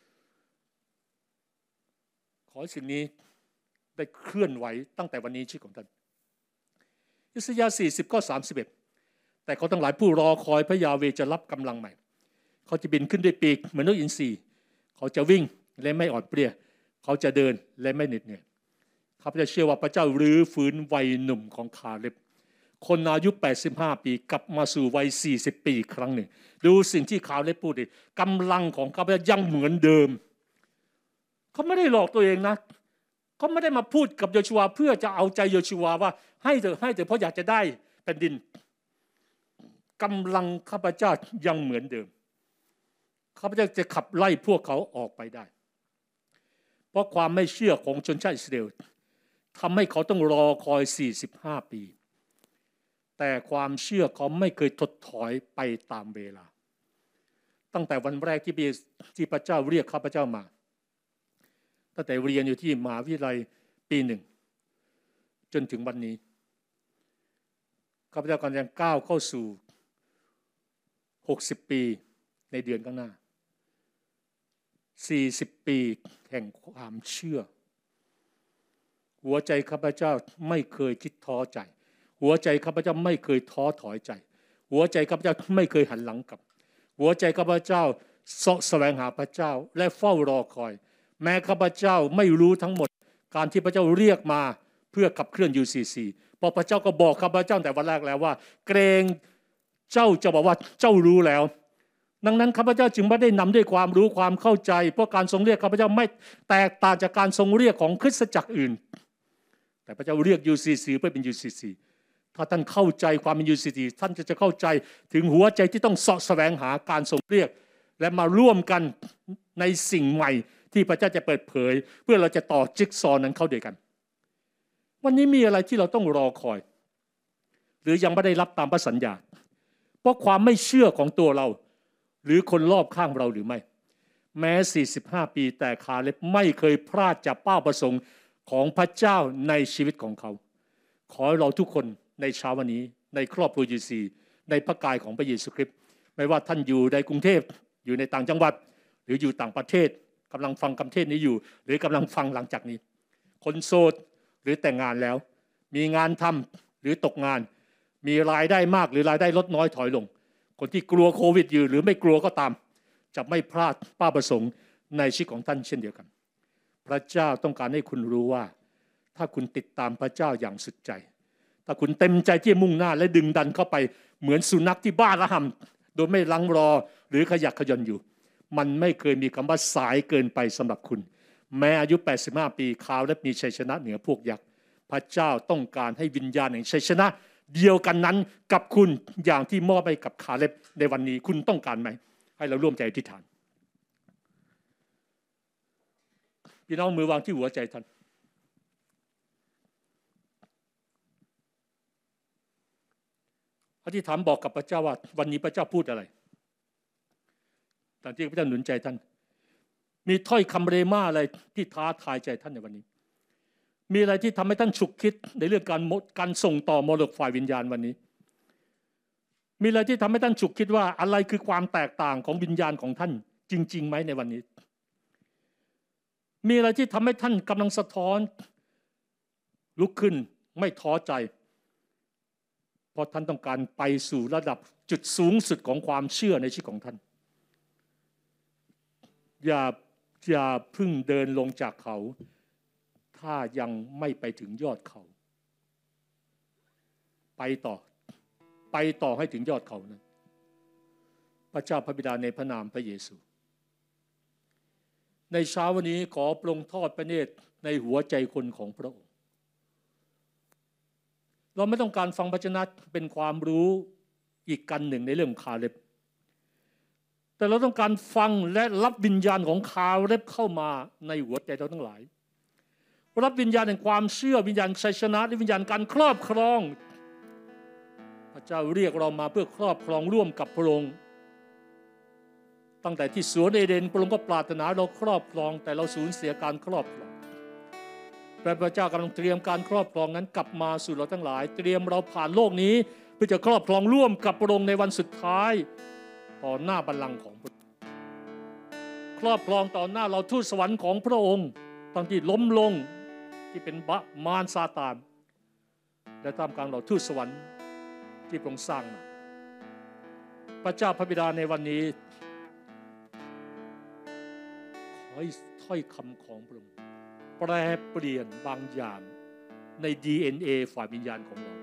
ขอสิ่งนี้ได้เคลื่อนไหวตั้งแต่วันนี้ชีวิตของท่านอิสยาห์สี่สิบข้อสามสิบเอ็ดแต่เขาทั้งหลายผู้รอคอยพระยาเวห์จะรับกำลังใหม่เขาจะบินขึ้นด้วยปีกเหมือนนกอินทรีเขาจะวิ่งและไม่อ่อนเปลี้ยเขาจะเดินและไม่เหน็ดเหนื่อยข้าพเจ้าเชื่อว่าพระเจ้ารื้อฟื้นวัยหนุ่มของคาเล็บคนอายุแปดสิบห้าปีกลับมาสู่วัยสี่สิบปีอีกครั้งหนึ่งดูสิ่งที่คาเล็บพูดดิกำลังของข้าพเจ้ายังเหมือนเดิมเขาไม่ได้หลอกตัวเองนะเขาไม่ได้มาพูดกับโยชูวาเพื่อจะเอาใจโยชูวาว่าให้เถอะให้เถอะเพราะอยากจะได้แผ่นดินกำลังข้าพเจ้ายังเหมือนเดิมข้าพเจ้าจะขับไล่พวกเขาออกไปได้เพราะความไม่เชื่อของชนชาติอิสราเอลทำให้เขาต้องรอคอยสี่สิบห้าปีแต่ความเชื่อเขาไม่เคยถดถอยไปตามเวลาตั้งแต่วันแรกที่ที่พระเจ้าเรียกข้าพเจ้ามาตั้งแต่เรียนอยู่ที่มหาวิทยาลัยปีหนึ่งจนถึงวันนี้ข้าพเจ้ากำลังก้าวเข้าสู่หกสิบปีในเดือนข้างหน้าสี่สิบปีแห่งความเชื่อหัวใจข้าพเจ้าไม่เคยคิดท้อใจหัวใจข้าพเจ้าไม่เคยท้อถอยใจหัวใจข้าพเจ้าไม่เคยหันหลังกลับหัวใจข้าพเจ้าเสาะแสวงหาพระเจ้าและเฝ้ารอคอยแม้ข้าพเจ้าไม่รู้ทั้งหมดการที่พระเจ้าเรียกมาเพื่อขับเคลื่อน ยู ซี ซี เพราะพระเจ้าก็บอกข้าพเจ้าแต่วันแรกแล้วว่าเกรงเจ้าจะบอกว่าเจ้ารู้แล้วดังนั้นข้าพเจ้าจึงไม่ได้นำด้วยความรู้ความเข้าใจเพราะการทรงเรียกข้าพเจ้าไม่แตกต่างจากการทรงเรียกของคริสตจักรอื่นแต่พระเจ้าเรียก ยู ซี ซี เพื่อเป็น ยู ซี ซี ถ้าท่านเข้าใจความเป็น ยู ซี ซี ท่านจะจะเข้าใจถึงหัวใจที่ต้องเสาะแสวงหาการทรงเรียกและมาร่วมกันในสิ่งใหม่ที่พระเจ้าจะเปิดเผยเพื่อเราจะต่อจิ๊กซอว์นั้นเข้าด้วยกันวันนี้มีอะไรที่เราต้องรอคอยหรือยังไม่ได้รับตามพระสัญญาเพราะความไม่เชื่อของตัวเราหรือคนรอบข้างเราหรือไม่แม้สี่สิบห้าปีแต่คาเล็บไม่เคยพลาดจากเป้าประสงค์ของพระเจ้าในชีวิตของเขาขอให้เราทุกคนในเช้าวันนี้ในครอบครัว ยู ซี ในพระกายของพระเยซูคริสต์ไม่ว่าท่านอยู่ในกรุงเทพอยู่ในต่างจังหวัดหรืออยู่ต่างประเทศกำลังฟังคำเทศนี้อยู่หรือกำลังฟังหลังจากนี้คนโสดหรือแต่งงานแล้วมีงานทำหรือตกงานมีรายได้มากหรือรายได้ลดน้อยถอยลงคนที่กลัวโควิดอยู่หรือไม่กลัวก็ตามจะไม่พลาดเป้าประสงค์ในชีวิตของท่านเช่นเดียวกันพระเจ้าต้องการให้คุณรู้ว่าถ้าคุณติดตามพระเจ้าอย่างสุดใจถ้าคุณเต็มใจที่มุ่งหน้าและดึงดันเข้าไปเหมือนสุนัขที่บ้าระห่ำโดยไม่ลังรอหรือขยักขยอนอยู่มันไม่เคยมีคำว่าสายเกินไปสำหรับคุณแม้อายุแปดสิบห้าปีคาเล็บมีชัยชนะเหนือพวกยักษ์พระเจ้าต้องการให้วิญญาณแห่งชัยชนะเดียวกันนั้นกับคุณอย่างที่มอบให้กับคาเล็บในวันนี้คุณต้องการไหมให้เราร่วมใจอธิษฐานพี่น้องมือวางที่หัวใจท่านอธิษฐานบอกกับพระเจ้าว่าวันนี้พระเจ้าพูดอะไรตามที่พระเจ้าหนุนใจท่านมีถ้อยคำเรม่าอะไรที่ท้าทายใจท่านในวันนี้มีอะไรที่ทำให้ท่านฉุกคิดในเรื่องการการส่งต่อมรดกฝ่ายวิญญาณวันนี้มีอะไรที่ทำให้ท่านฉุกคิดว่าอะไรคือความแตกต่างของวิญญาณของท่านจริงๆไหมในวันนี้มีอะไรที่ทำให้ท่านกำลังสะท้อนลุกขึ้นไม่ท้อใจเพราะท่านต้องการไปสู่ระดับจุดสูงสุดของความเชื่อในชีวิตของท่านอย่าอย่าพึ่งเดินลงจากเขาถ้ายังไม่ไปถึงยอดเขาไปต่อไปต่อให้ถึงยอดเขานั้นพระเจ้าพระบิดาในพระนามพระเยซูในเช้าวันนี้ขอปรงทอดพระเนตรในหัวใจคนของพระองค์เราไม่ต้องการฟังพระวจนะเป็นความรู้อีกกันหนึ่งในเรื่องคาเล็บแต่เราต้องการฟังและรับวิญญาณของคาเล็บเข้ามาในหัวใจเราทั้งหลายรับวิญญาณแห่งความเชื่อวิญญาณชัยชนะและวิญญาณการครอบครองพระเจ้าเรียกเรามาเพื่อครอบครองร่วมกับพระองค์ตั้งแต่ที่สวนเอเดนพระองค์ก็ปรารถนาเราครอบครองแต่เราสูญเสียการครอบครองพระเจ้ากำลังเตรียมการครอบครองนั้นกลับมาสู่เราทั้งหลายเตรียมเราผ่านโลกนี้เพื่อจะครอบครองร่วมกับพระองค์ในวันสุดท้ายต่อหน้าบัลลังก์ของพระองค์ครอบครองต่อหน้าเราทูตสวรรค์ของพระองค์ตั้งที่ล้มลงที่เป็นบะมารซาตานและท่ามกลางเราทูตสวรรค์ที่พระองค์สร้างมาพระเจ้าพระบิดาในวันนี้ขอให้ถ้อยคำของพระองค์แปรเปลี่ยนบางอย่างใน ดี เอ็น เอ ฝ่ายวิญญาณของเรา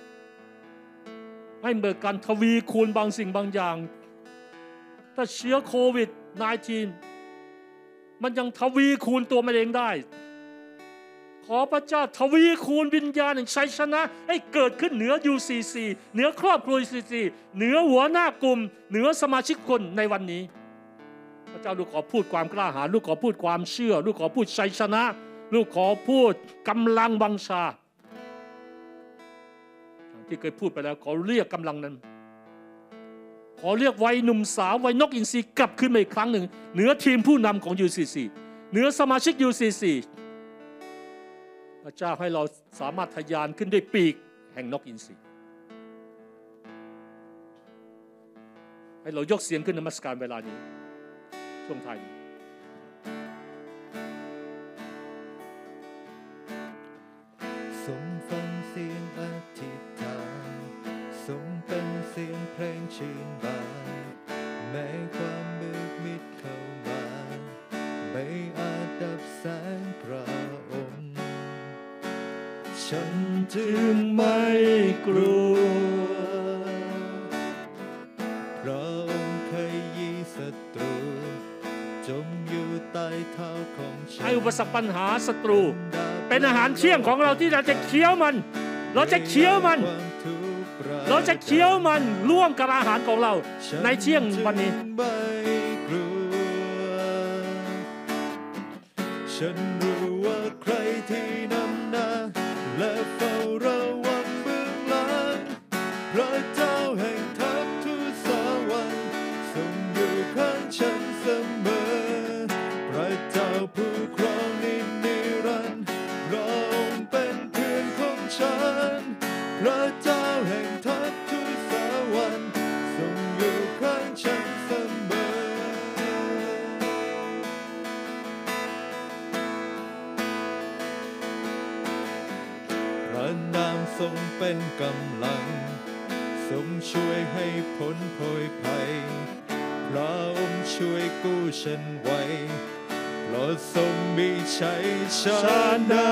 ให้เกิดการทวีคูณบางสิ่งบางอย่างถ้าเชื้อโควิด สิบเก้า มันยังทวีคูณตัวมันเองได้ขอพระเจ้าทวีคูณวิญญาณแห่งชัยชนะให้เกิดขึ้นเหนือ ยู ซี ซี เหนือครอบครัว ยู ซี ซี เหนือหัวหน้ากลุ่มเหนือสมาชิกคนในวันนี้พระเจ้าลูกขอพูดความกล้าหาญลูกขอพูดความเชื่อลูกขอพูดชัยชนะลูกขอพูดกำลังบังชาที่เคยพูดไปแล้วขอเรียกกำลังนั้นขอเรียกวัยหนุ่มสาววัยนกอินทรีกลับขึ้นมาอีกครั้งหนึ่งเหนือทีมผู้นำของ ยู ซี ซี เหนือสมาชิก ยู ซี ซี พระเจ้าให้เราสามารถทะยานขึ้นด้วยปีกแห่งนกอินทรีให้เรายกเสียงขึ้นนมัสการเวลานี้ช่วงท้ายนี้ทรงฟังเสียงอธิษฐานทรงเป็นเสียงเพลงชื่นบานแม้ความมืดมิดเข้ามาไม่อาจดับแสงพระองค์ฉันจึงไม่กลัวพระองค์เคยยีศัตรูจมอยู่ใต้เท้าของฉันให้อุปสรรคปัญหาศัตรูเป็นอาหารเที่ยงของเราที่เราจะเคี้ยวมันเราจะเคี้ยวมันเราจะเคี้ยวมันร่วมกับอาหารของเราในเที่ยงวันนี้ฉันรู้ว่าใครที่นำหน้าและเฝ้าระวังเบื้องหลังพระเจ้าแห่งทัพทูตสวรรค์ทรงอยู่ข้างฉันเสมอพระเจ้าผู้ครองนิรันดร์พระองค์เป็นเพื่อนของฉันพระเจ้าแห่งทัพทูตสวรรค์ทรงอยู่ข้างฉันเสมอพระนามทรงเป็นกำลังทรงช่วยให้พ้นโผยภัยพระองค์ช่วยกู้ฉันไว้เพราะทรงมีชัยชนะ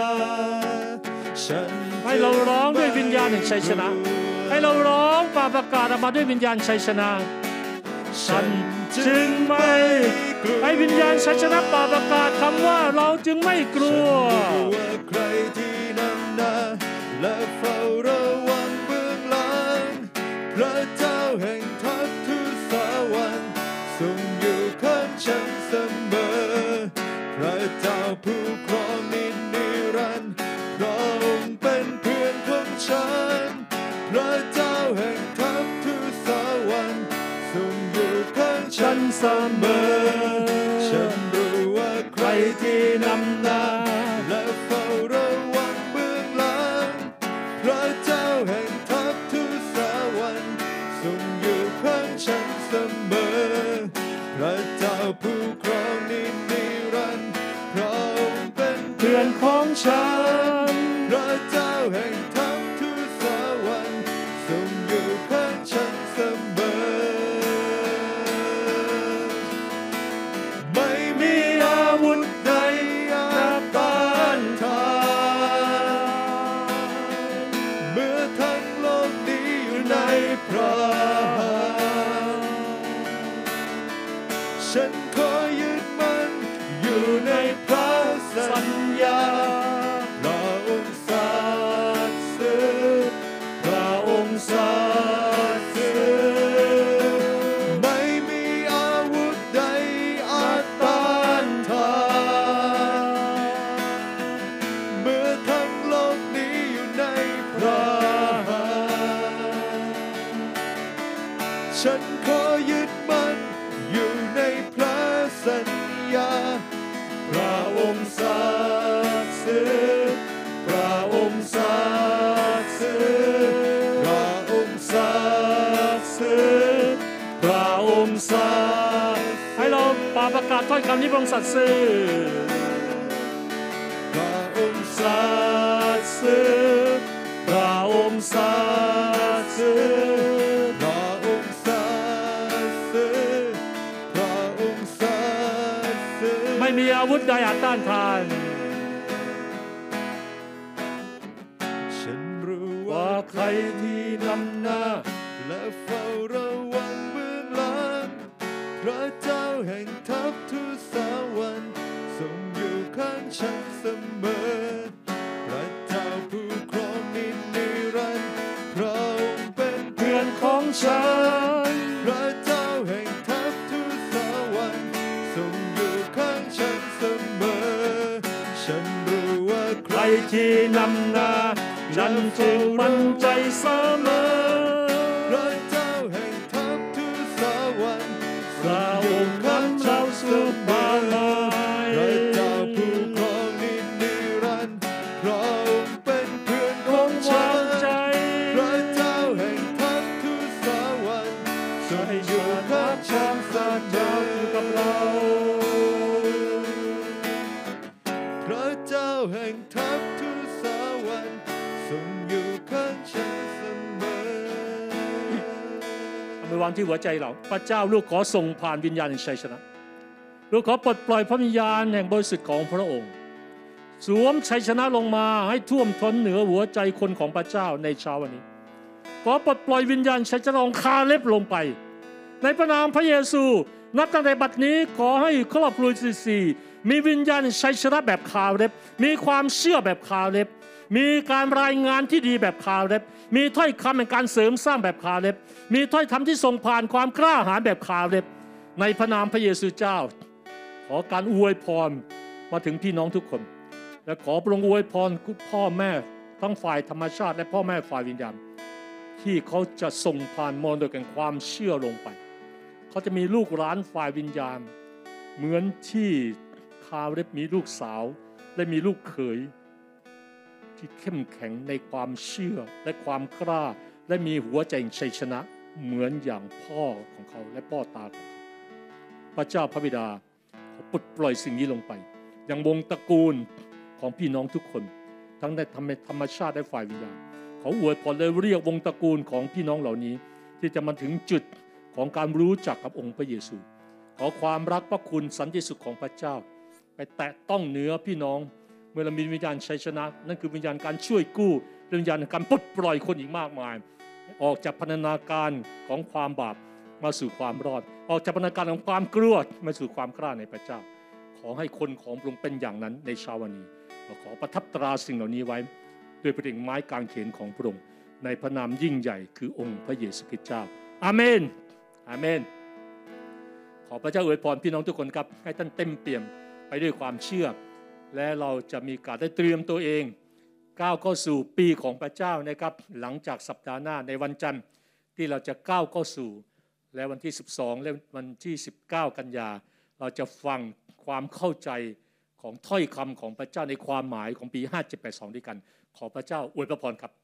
ฉันให้เราร้องด้วยวิญญาณแห่งชัยชนะให้เราร้องป่าประกาศออกมาด้วยวิญญาณชัยชนะฉันจึงไม่ให้วิญญาณชัยชนะป่าประกาศคำว่าเราจึงไม่กลัวใครที่นำหน้าและเฝ้าระวังเบื้องหลังพระเจ้าแห่งทัพทูตสวรรค์ทรงอยู่ข้างฉันเสมอพระเจ้าผู้ครองนิรันดร์พระองค์เป็นเพื่อนของฉันพระเจ้าแห่งทัพทูตสวรรค์ทรงอยู่ข้างฉันเสมอฉันรู้ว่าใครที่นำหน้าและเฝ้าระวังเบื้องหลังพระเจ้าแห่งทัพทูตสวรรค์ทรงอยู่ข้างฉันเสมอพระเจ้าผู้ครองนิรันดร์พระองค์เป็นเพื่อนของฉันพระเจ้าแห่งทัพทูตสวรรค์ทรงอยู่ข้างฉันเสมอไม่มีอาวุธใดอาจต้านทานเมื่อทั้งโลกนี้อยู่ในพระหัตถ์ฉันขอยึดมั่นอยู่ในพระสัญญาพระองค์สัตย์ซื่อพระองค์สัตย์ซื่อไม่มีอาวุธใดอาจต้านทานเมื่อทั้งโลกนี้อยู่ในพระหัตถ์ฉันขอยึดมั่นอยู่ในพระสัญญาพระองค์สัตย์ซื่อพระองค์สัตย์ซื่อพระองค์สัตย์ซื่อพระองค์สัตย์ให้เราป่าประกาศถ้อยคำนี้พระองค์สัตย์ซื่อพระองค์สัตย์ซื่อพระองค์สัตย์ซื่อพระองค์สัตย์ซื่อพระองค์สัตย์ซื่อไม่มีอาวุธใดอาจต้านทานฉันรู้ว่าใครที่นำหน้าและเฝ้าระวังเบื้องหลังพระเจ้าแห่งทัพทูตสวรรค์ทรงอยู่ข้างฉันเสมอพระเจ้าผู้ครองนิรันดร์พระองค์เป็นเพื่อนของฉันพระเจ้าแห่งทัพทูตสวรรค์ทรงอยู่ข้างฉันเสมอฉันรู้ว่าใครที่นำหน้าฉันจึงมั่นใจเสมอพระเจ้าแห่งทัพทูตสวรรค์พระองค์ข้างฉันเสมอพระเจ้าผู้ครองนิรันดร์พระองค์เป็นเพื่อนของฉันพระเจ้าแห่งทัพทูตสวรรค์ทรงอยู่ข้างฉันเสมอกับเราพระเจ้าแห่งทัพทูตสวรรค์ทรงอยู่ข้างฉันเสมอเอามือวางที่หัวใจเราพระเจ้าลูกขอส่งผ่านวิญญาณแห่งชัยชนะลูกขอปลดปล่อยพระวิญญาณแห่งบริสุทธิ์ของพระองค์สวมชัยชนะลงมาให้ท่วมท้นเหนือหัวใจคนของพระเจ้าในเช้าวันนี้ขอปลดปล่อยวิญญาณชัยชนะของคาเล็บลงไปในพระนามพระเยซูนับตั้งแต่บัดนี้ขอให้ครอบครัวซีซีมีวิญญาณชัยชนะแบบคาเล็บมีความเชื่อแบบคาเล็บมีการรายงานที่ดีแบบคาเล็บมีถ้อยคำแห่งการเสริมสร้างแบบคาเล็บมีถ้อยคำที่ส่งผ่านความกล้าหาญแบบคาเล็บในพระนามพระเยซูเจ้าขอการอวยพรมาถึงพี่น้องทุกคนและขอพระองค์อวยพรพ่อแม่ทั้งฝ่ายธรรมชาติและพ่อแม่ฝ่ายวิญญาณที่เขาจะส่งผ่านมรดกแห่งความเชื่อลงไปเขาจะมีลูกหลานฝ่ายวิญญาณเหมือนที่คาเรบมีลูกสาวและมีลูกเขยที่เข้มแข็งในความเชื่อและความกล้าและมีหัวใจแห่งชัยชนะเหมือนอย่างพ่อของเขาและพ่อตาของเขาพระเจ้าพระบิดาขอปลดปล่อยสิ่งนี้ลงไปยังวงตระกูลของพี่น้องทุกคนทั้งในธรรมชาติและฝ่ายวิญญาณขออวยพรและเรียกวงตระกูลของพี่น้องเหล่านี้ที่จะมาถึงจุดของการรู้จักกับองค์พระเยซูขอความรักพระคุณสันติสุขของพระเจ้าไปแตะต้องเนื้อพี่น้องเมื่อเรามีวิญญาณชัยชนะนั่นคือวิญญาณการช่วยกู้วิญญาณการปลดปล่อยคนอีกมากมายออกจากพันธนาการของความบาปมาสู่ความรอดออกจากพันธนาการของความกลัวมาสู่ความกล้าในพระเจ้าขอให้คนของพระองค์เป็นอย่างนั้นในเช้าวันนี้เราขอประทับตราสิ่งเหล่านี้ไว้ด้วยพระเดชไม้กางเขนของพระองค์ในพระนามยิ่งใหญ่คือองค์พระเยซูคริสต์เจ้าอาเมนอาเมนขอพระเจ้าอวยพรพี่น้องทุกคนครับให้ท่านเต็มเปี่ยมไปด้วยความเชื่อและเราจะมีการได้เตรียมตัวเองก้าวเข้าสู่ปีของพระเจ้านะครับหลังจากสัปดาห์หน้าในวันจันทร์ที่เราจะก้าวเข้าสู่และวันที่สิบสองและวันที่สิบเก้ากันยาเราจะฟังความเข้าใจของถ้อยคำของพระเจ้าในความหมายของปีห้าเจ็ดแปดสองด้วยกันขอพระเจ้าอวยพรครับ